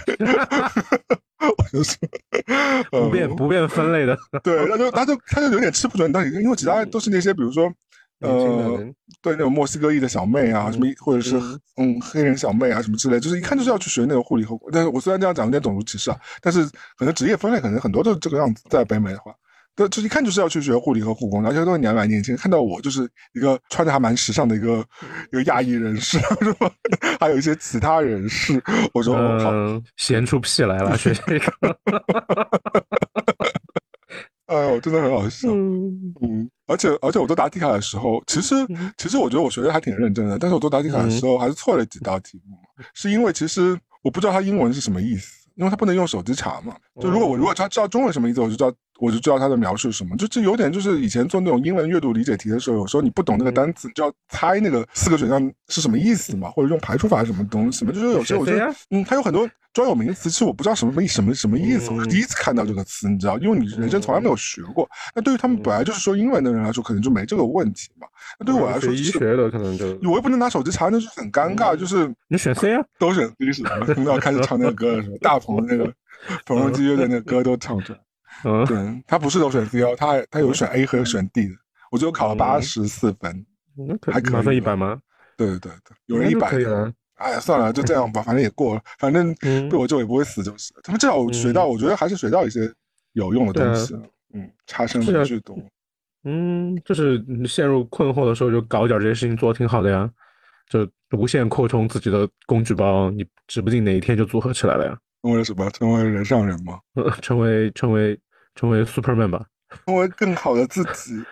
我就说不便、嗯、不便分类的， 对，他就他就他就有点吃不准到底，因为其他都是那些比如说呃，对那种墨西哥裔的小妹啊，什么或者是嗯黑人小妹啊什么之类，就是一看就是要去学那个护理后果。但是我虽然这样讲有点种族歧视啊，但是可能职业分类可能很多都是这个样子，在北美的话， 对，就一看就是要去学护理和护工的，而且都年蛮年轻。看到我就是一个穿的还蛮时尚的一个一个亚裔人士，是吧？还有一些其他人士，我说、 嗯、 哦、好， 闲出屁来了，学这个。 哎呦，真的很好笑。 嗯嗯，而且而且我做答题卡的时候，其实其实我觉得我学的还挺认真的，但是我做答题卡的时候还是错了几道题目，是因为其实我不知道它英文是什么意思，因为它不能用手机查嘛。就如果我如果他知道中文什么意思，我就知道我就知道它的描述是什么。就这有点就是以前做那种英文阅读理解题的时候，有时候你不懂那个单词，你就要猜那个四个选项是什么意思嘛，或者用排除法是什么东西嘛。就是有时候我觉得，嗯，它有很多专有名词，其实我不知道什么什么什么意思，我是第一次看到这个词，你知道，因为你人生从来没有学过。那对于他们本来就是说英文的人来说，可能就没这个问题嘛。那对于我来说， 学医学的可能就我又不能拿手机查，那就很尴尬。就是你选 C 啊， 都选 C 是吧？听到开始唱那个歌的时候，大鹏那个鹏鹏基乐队那个歌都唱出来。嗯，对，他不是都选 C 哦，他他有选 A 和选 D 的。我就考了八十四分， 嗯、还可以满分一百吗？ 对对对，有人一百的。 哎呀，算了，就这样吧，反正也过了，反正对我就也不会死就是。他们至少学到，我觉得还是学到一些有用的东西。嗯，差生文句多。 嗯，就是陷入困惑的时候，就搞一点这些事情做挺好的呀。就无限扩充自己的工具包，你指不定哪一天就组合起来了呀。 成为什么？成为人上人吗？ 成为成为成为 Superman 吧。 成为更好的自己。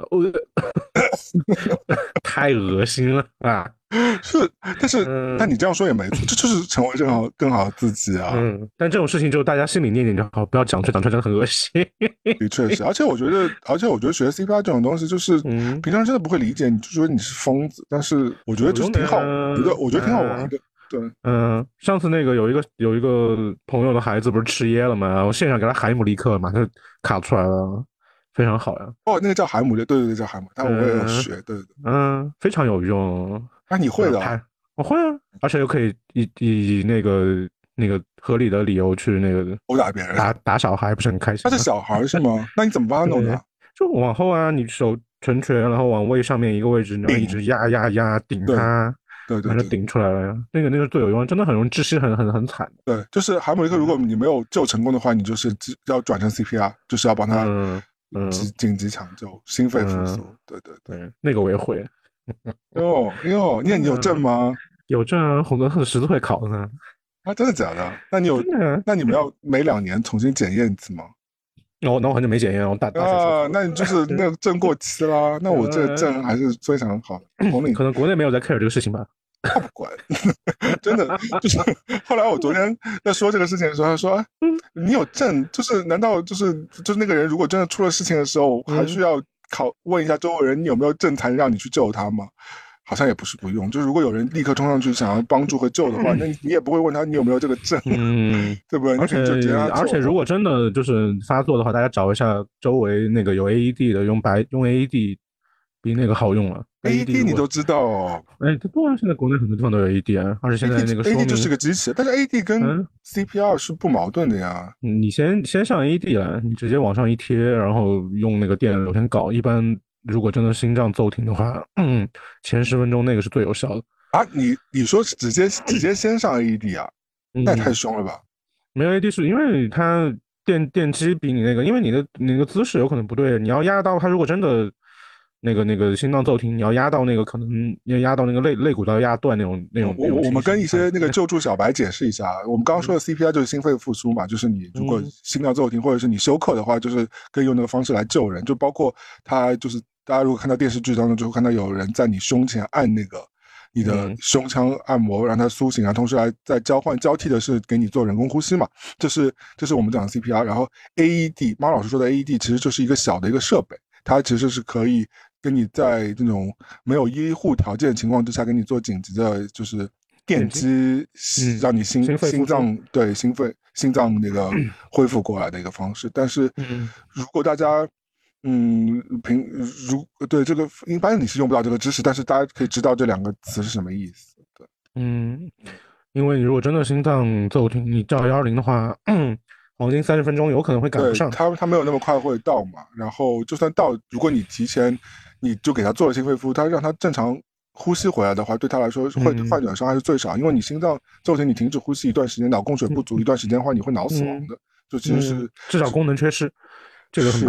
太恶心了啊！ 是，但是、嗯、但你这样说也没错，这就是成为更好更好的自己啊。 嗯，但这种事情就大家心里念念就好，不要讲出讲出来真的很恶心。 的确是，而且我觉得，而且我觉得学 C P R 这种东西，就是平常真的不会理解，你就觉得你是疯子。但是我觉得就是挺好，我觉得我觉得挺好玩的。对， 嗯，上次那个有一个有一个朋友的孩子不是吃噎了吗？我现场给他海姆立克，马上卡出来了。非常好呀！ 哦，那个叫海姆列，对对对，叫海姆，但我也有学，对对对， 嗯，非常有用。 啊，你会的、啊？ 我会啊，而且又可以以以那个那个合理的理由去那个殴打别人， 打打小孩，不是很开心？ 他是小孩是吗？那你怎么帮他弄的？ 就往后啊，你手成拳，然后往胃上面一个位置，然后一直压压压顶他。 对对， 把它顶出来了呀！那个那个最有用，真的很容易窒息，很很很惨。 对，就是海姆立克，如果你没有救成功的话，你就是要转成 C P R， 就是要帮他紧紧急抢救、心肺复苏。对对对， 那个我也会。 哟哟，你你有证吗？ 有证啊，红哥十字会考的呢。 啊，真的假的？那你有？那你们要每两年重新检验一次吗？ 那我那我很久没检验，我大大啊，那你就是那个证过期啦。那我这个证还是非常好的。红领可能国内没有在 care 这个事情吧。 他不管，真的就是。后来我昨天在说这个事情的时候，他说：“你有证，就是难道就是就是那个人如果真的出了事情的时候，还需要考问一下周围人你有没有证才能让你去救他吗？”好像也不是不用，就是如果有人立刻冲上去想要帮助和救的话，那你也不会问他你有没有这个证， 嗯， 对不对？ 而且而且如果真的就是发作的话，大家找一下周围那个有 A E D 的，用白用 A E D 比那个好用了。 A E D 你都知道哦？ 哎，对啊，现在国内很多地方都有 A E D 啊，而且现在那个 A E D 就是个机器，但是 A E D 跟 C P R 是不矛盾的呀。 嗯、你先先上 A E D 来，你直接往上一贴，然后用那个电流先搞，一般。如果真的心脏骤停的话，嗯，前十分钟那个是最有效的啊！你你说直接直接先上 A E D 啊？那也太凶了吧？ 没有 A E D 是因为它电电击比你那个，因为你的你那个姿势有可能不对，你要压到它，如果真的那个那个心脏骤停，你要压到那个可能要压到那个肋肋骨都要压断那种那种。 我我们跟一些那个救助小白解释一下，我们刚刚说的 C P R 就是心肺复苏嘛，就是你如果心脏骤停或者是你休克的话，就是可以用那个方式来救人，就包括它就是。大家如果看到电视剧当中，就会看到有人在你胸前按那个你的胸腔按摩，让它苏醒啊，同时还在交换交替的是给你做人工呼吸嘛。这是这是我们讲的 C P R。然后 A E D， 猫老师说的 A E D 其实就是一个小的一个设备，它其实是可以跟你在这种没有医护条件的情况之下，给你做紧急的，就是电击，让你心心脏对心肺心脏那个恢复过来的一个方式。但是如果大家嗯，平如对这个一般你是用不到这个知识，但是大家可以知道这两个词是什么意思。对， 嗯，因为你如果真的心脏骤停，你叫幺二零的话，黄金三十分钟有可能会赶不上。 他他没有那么快会到嘛，然后就算到，如果你提前你就给他做了心肺复苏，他让他正常呼吸回来的话，对他来说会患者伤害是最少，因为你心脏骤停，你停止呼吸一段时间，脑供水不足一段时间的话，你会脑死亡的，就其实是至少功能缺失。这个很麻烦，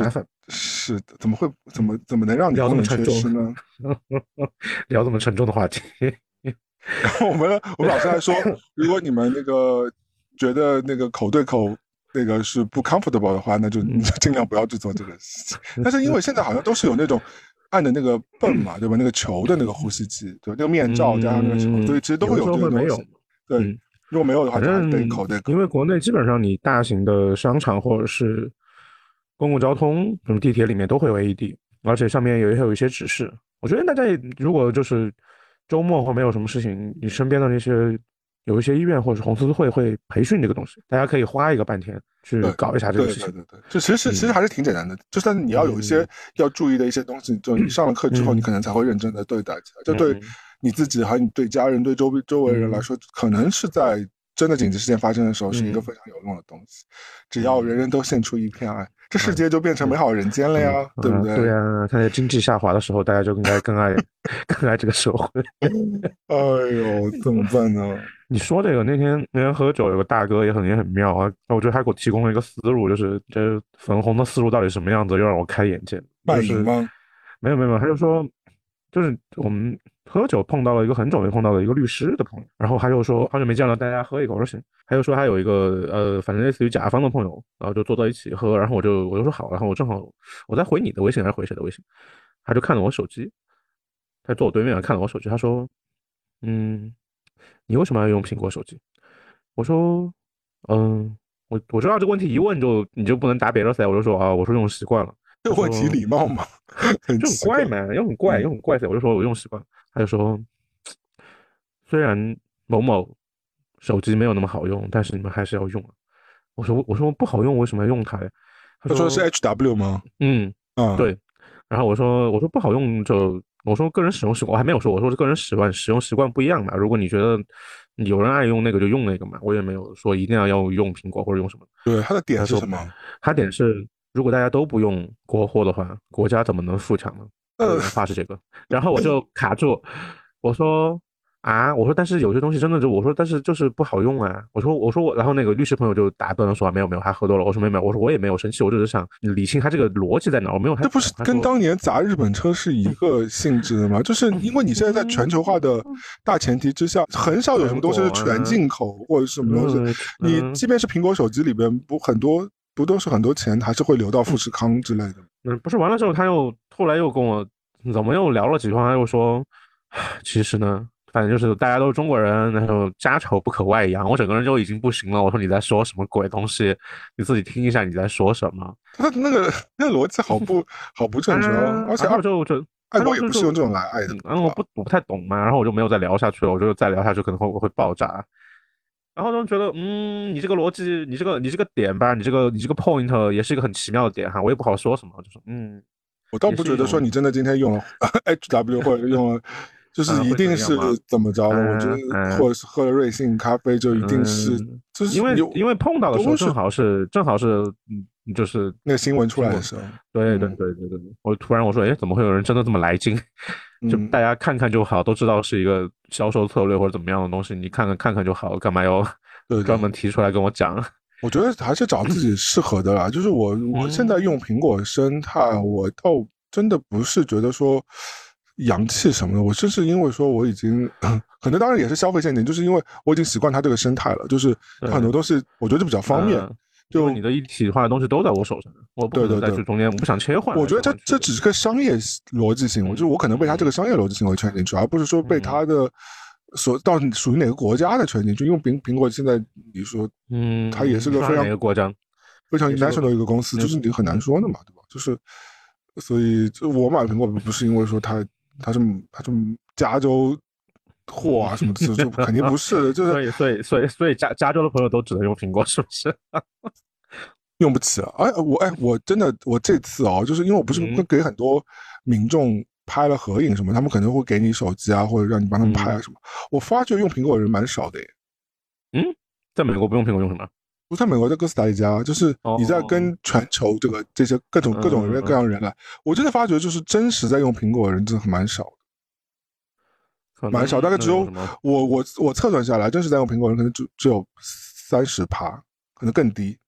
是的，怎么会怎么怎么能让你聊这功能么沉重缺失呢？ 聊这么沉重的话题。 然后我们我们老师还说，如果你们那个觉得那个口对口那个是不 comfortable 的话，那就你就尽量不要去做这个事情。但是因为现在好像都是有那种按的那个泵嘛，对吧？那个球的那个呼吸机，对吧？那个面罩加上那个球， 嗯， 所以其实都会有有的时候会没有。 这个东西。对， 嗯， 如果没有的话， 反正就还得口对口。 因为国内基本上你大型的商场或者是公共交通，什么地铁里面都会有 A E D，而且上面有有一些指示。我觉得大家如果就是周末或没有什么事情，你身边的那些有一些医院或者是红十字会会培训这个东西，大家可以花一个半天去搞一下这个事情。 对对对对，就其实、嗯、其实还是挺简单的，就算你要有一些要注意的一些东西，就你上了课之后，你可能才会认真的对待起来。这、嗯、对你自己和你对家人、对周周围人来说，可能是在真的紧急事件发生的时候，是一个非常有用的东西。只要人人都献出一片爱，这世界就变成美好人间了呀，嗯、对不对？ 对啊，看在经济下滑的时候，大家就应该更爱更爱这个社会。 哎呦，怎么办呢？ 你说这个那天那天喝酒，有个大哥也很也很妙啊，我觉得他给我提供了一个思路，就是这粉红的思路到底什么样子，又让我开眼界。 卖淫吗？ 没有没有没有，他就说，就是我们喝酒碰到了一个很久没碰到的一个律师的朋友，然后他就说好久没见了，大家喝一口。我说行。他就说他有一个呃，反正类似于甲方的朋友，然后就坐在一起喝，然后我就我就说好，然后我正好我在回你的微信还是回谁的微信，他就看着我手机，他坐我对面看着我手机，他说，嗯。你为什么要用苹果手机？我说，嗯，我我知道这个问题一问就你就不能答别的噻，我就说啊，我说用习惯了。 这问题礼貌吗？ 就很怪嘛，又很怪又很怪噻，我就说我用习惯。他就说，虽然某某手机没有那么好用，但是你们还是要用。我说我说不好用，为什么要用它呀？ 他说是 H W 吗？ 嗯嗯，对。然后我说我说不好用就。我说个人使用习惯，我还没有说，我说是个人习惯，使用习惯不一样嘛。如果你觉得有人爱用那个就用那个嘛，我也没有说一定要要用苹果或者用什么。 对，他的点是什么？ 他点是如果大家都不用国货的话，国家怎么能富强呢？呃，话是这个。然后我就卡住，我说啊，我说但是有些东西真的就我说但是就是不好用啊。我说我说我，然后那个律师朋友就打断了说、啊、没有没有，他喝多了。我说没有没有，我说我也没有生气，我只是想理清他这个逻辑在哪，我没有。 这不是跟当年砸日本车是一个性质的吗？就是因为你现在在全球化的大前提之下，很少有什么东西是全进口或者什么东西。你即便是苹果手机里边不很多不都是很多钱还是会流到富士康之类的。 嗯，不是完了之后他又后来又跟我怎么又聊了几句话，他又说其实呢反正就是大家都是中国人，然后家丑不可外扬，我整个人就已经不行了。我说你在说什么鬼东西？你自己听一下你在说什么。 他那个那个逻辑好不好不正确、啊，而且我就就爱国也不是用这种来爱的。 嗯，我不我不太懂嘛，然后我就没有再聊下去了。我就再聊下去可能会会爆炸。然后就觉得，嗯，你这个逻辑，你这个你这个点吧，你这个你这个 point 也是一个很奇妙的点哈，我也不好说什么，就说嗯， 我倒不觉得说你真的今天用了 H W 或者用了。就是一定是怎么着的？我觉得，或者是喝了瑞幸咖啡就一定是，就是因为因为碰到的时候正好是正好是嗯，就是那个新闻出来的时候。 对对对对对，我突然我说，哎，怎么会有人真的这么来劲？就大家看看就好，都知道是一个销售策略或者怎么样的东西，你看看看看就好，干嘛要专门提出来跟我讲？ 我觉得还是找自己适合的啦。就是我我现在用苹果生态，我倒真的不是觉得说。洋气什么的，我甚至因为说我已经，可能当然也是消费陷阱，就是因为我已经习惯它这个生态了，就是很多东西我觉得就比较方便。嗯、就你的一体化的东西都在我手上，我不能再去中间，我不想切换。 我觉得这这只是个商业逻辑行为，嗯、就是我可能被它这个商业逻辑行为圈进去，而不是说被它的所到底属于哪个国家的圈进去。因为苹苹果现在你说， 嗯， 它也是个非常哪个国家非常 international 的一个公司，就是你很难说的嘛，对吧？就是所以就我买苹果不是因为说它。他是他是加州货啊什么的，就肯定不是，就是所以所以所以所以加加州的朋友都只能用苹果，是不是？ 用不起了。哎，我哎我真的我这次哦，就是因为我不是会给很多民众拍了合影什么，他们可能会给你手机啊，或者让你帮他们拍啊什么。我发觉用苹果的人蛮少的耶。 嗯，在美国不用苹果用什么？ 不在美国，在哥斯达黎加，就是你在跟全球这个这些各种各种人各样人来，我真的发觉就是真实在用苹果的人真的蛮少的，蛮少，大概只有我我我测算下来，真实在用苹果的人可能只只有三十趴，可能更低。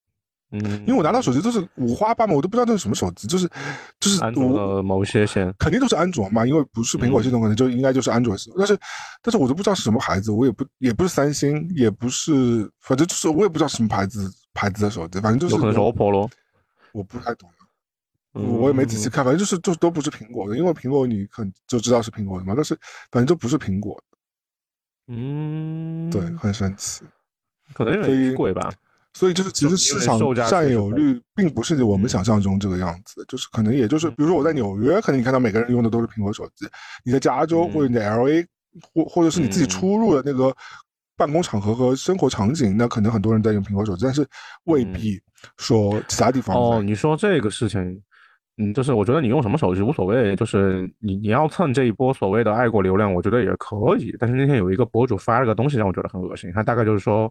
嗯， 因为我拿到手机都是五花八门，我都不知道那是什么手机，就是就是安卓的某些线肯定都是安卓嘛，因为不是苹果系统，可能就应该就是安卓系统。但是但是我都不知道是什么牌子，我也不也不是三星，也不是，反正就是我也不知道什么牌子牌子的手机，反正就是有可能是 O P P O 咯， 我不太懂。我也没仔细看，反正就是就都不是苹果的，因为苹果你可能就知道是苹果的嘛，但是反正就不是苹果的。 嗯， 对，很神奇， 可能有点贵吧。 所以就是其实市场占有率并不是我们想象中这个样子，就是可能也就是比如说我在纽约，可能你看到每个人用的都是苹果手机，你在加州或者你在 L A 或或者是你自己出入的那个办公场合和生活场景，那可能很多人在用苹果手机，但是未必说其他地方。 哦，你说这个事情。嗯，就是我觉得你用什么手机无所谓，就是你你要蹭这一波所谓的爱国流量，我觉得也可以。但是那天有一个博主发了个东西让我觉得很恶心，他大概就是说，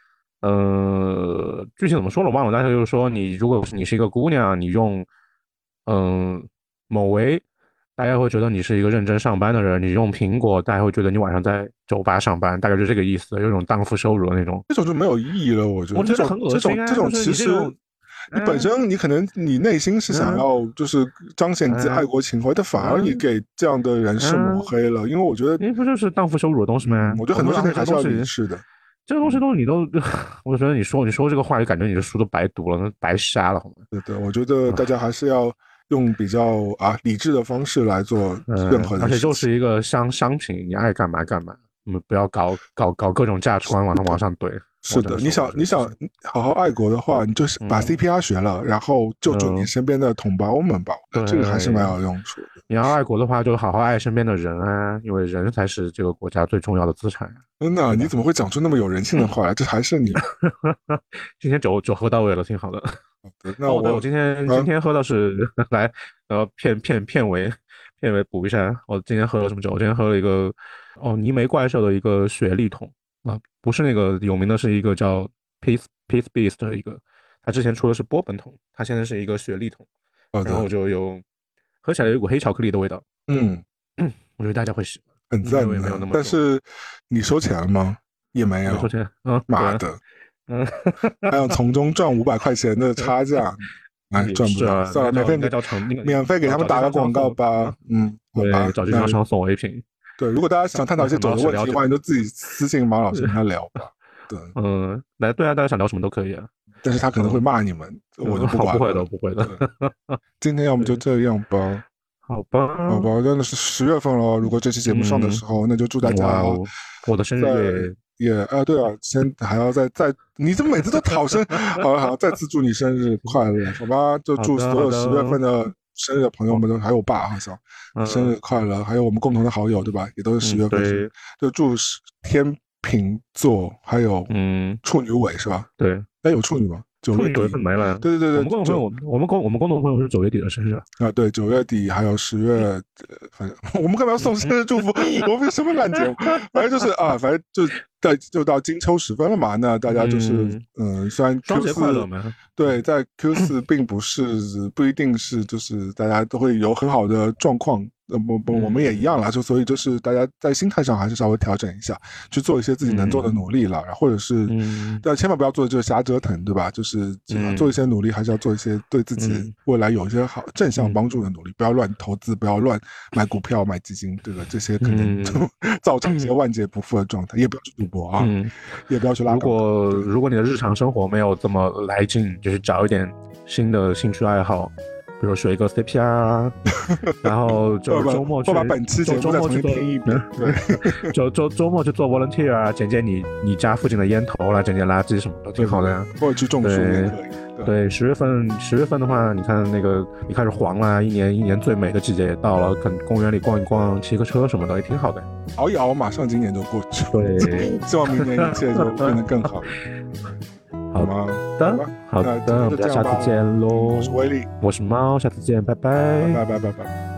呃，具体怎么说了忘了，但是就是说你如果你是一个姑娘，你用嗯、呃、某为，大家会觉得你是一个认真上班的人；你用苹果，大家会觉得你晚上在酒吧上班，大概就这个意思，有种荡妇羞辱的那种。 这种就没有意义了，我觉得。 我觉得很恶心啊！ 这种这种其实。你本身你可能你内心是想要就是彰显你自己爱国情怀，但反而你给这样的人士抹黑了，因为我觉得， 你不就是荡妇羞辱的东西吗？ 我觉得很多事情还是要理智的。 这个东西都你都，我觉得你说你说这个话，就感觉你的书都白读了，白瞎了，好吗？ 对对，我觉得大家还是要用比较啊理智的方式来做任何的事情， 而且就是一个商商品，你爱干嘛干嘛，我们不要搞搞搞各种价值观往上往上怼。 是的，你想你想好好爱国的话，你就是把 C P R 学了，嗯、然后救助你身边的同胞们吧，嗯、这个还是蛮有用处的。 你要爱国的话，就好好爱身边的人啊，因为人才是这个国家最重要的资产。 真的，你怎么会讲出那么有人性的话来？这还是你。 今天酒酒喝到位了，挺好的。 好的，那我、 哦、我今天、啊、今天喝的是来呃片片片尾片尾补一下，我今天喝了什么酒？我今天喝了一个哦泥煤怪兽的一个雪莉桶。啊，不是那个有名的，是一个叫 Peace Peace Beast 的一个，它之前出的是波本桶，它现在是一个雪莉桶，然后就有喝起来有一股黑巧克力的味道， 嗯， 我觉得大家会喜欢， 很赞也没有那么， 但是你收钱了吗？也没有， 没收钱，嗯， 妈的，嗯，还要从中赚五百块钱的差价，哎，赚不到，算了，免费给免费给他们打个广告吧，嗯， 对，找经销商送我一瓶。 对，如果大家想探讨一些酒的问题的话，你就自己私信马老师跟他聊吧。对， 嗯，来，对啊，大家想聊什么都可以啊。 但是他可能会骂你们，嗯、我就不管了。 不会的，不会的。 今天要么就这样吧。 好吧， 好吧，真的是十月份了。如果这期节目上的时候，嗯、那就祝大家我的生日也也啊，对啊，先还要再再，你怎么每次都讨生？好了好了，再次祝你生日快乐，好吧？就祝所有十月份的。生日的朋友们都还有我爸好像、嗯、生日快乐，还有我们共同的好友对吧？也都是十月份、嗯，就祝天秤座还有嗯处女尾是吧？ 对， 哎有处女吗？九月底没了。 对对对对， 我们共同朋友，我们共我们共同朋友是九月底的生日啊，对，九月底还有十月，呃、反正我们干嘛要送生日祝福？我们什么烂节目？反正就是啊，反正就在就到金秋时分了嘛，那大家就是嗯、呃，虽然 Q 四对，在 Q 四并不是不一定是就是大家都会有很好的状况。呃不不，我们也一样啦，就所以就是大家在心态上还是稍微调整一下，去做一些自己能做的努力了，然后或者是，但千万不要做就是瞎折腾，对吧？就是做一些努力，还是要做一些对自己未来有一些好正向帮助的努力，不要乱投资，不要乱买股票、买基金，对吧？这些可能就造成一些万劫不复的状态，也不要去赌博啊，也不要去拉杠。 如果如果你的日常生活没有这么来劲，就是找一点新的兴趣爱好。比如学一个 C P R 啊，然后就周末去， 把本期节目再重新听一遍， 对，就周周末去做 volunteer 啊，捡捡你你家附近的烟头啦，捡捡垃圾什么的，挺好的呀。 或者去种树也可以。 对，十月份十月份的话，你看那个一开始黄啦，一年一年最美的季节也到了，跟公园里逛一逛，骑个车什么的也挺好的。 熬一熬，马上今年就过去。 对， 希望明年一切就变得更好。 好吗？的，好的，我们下次见喽。 我是威力， 我是猫，下次见，拜拜， 拜拜拜拜拜。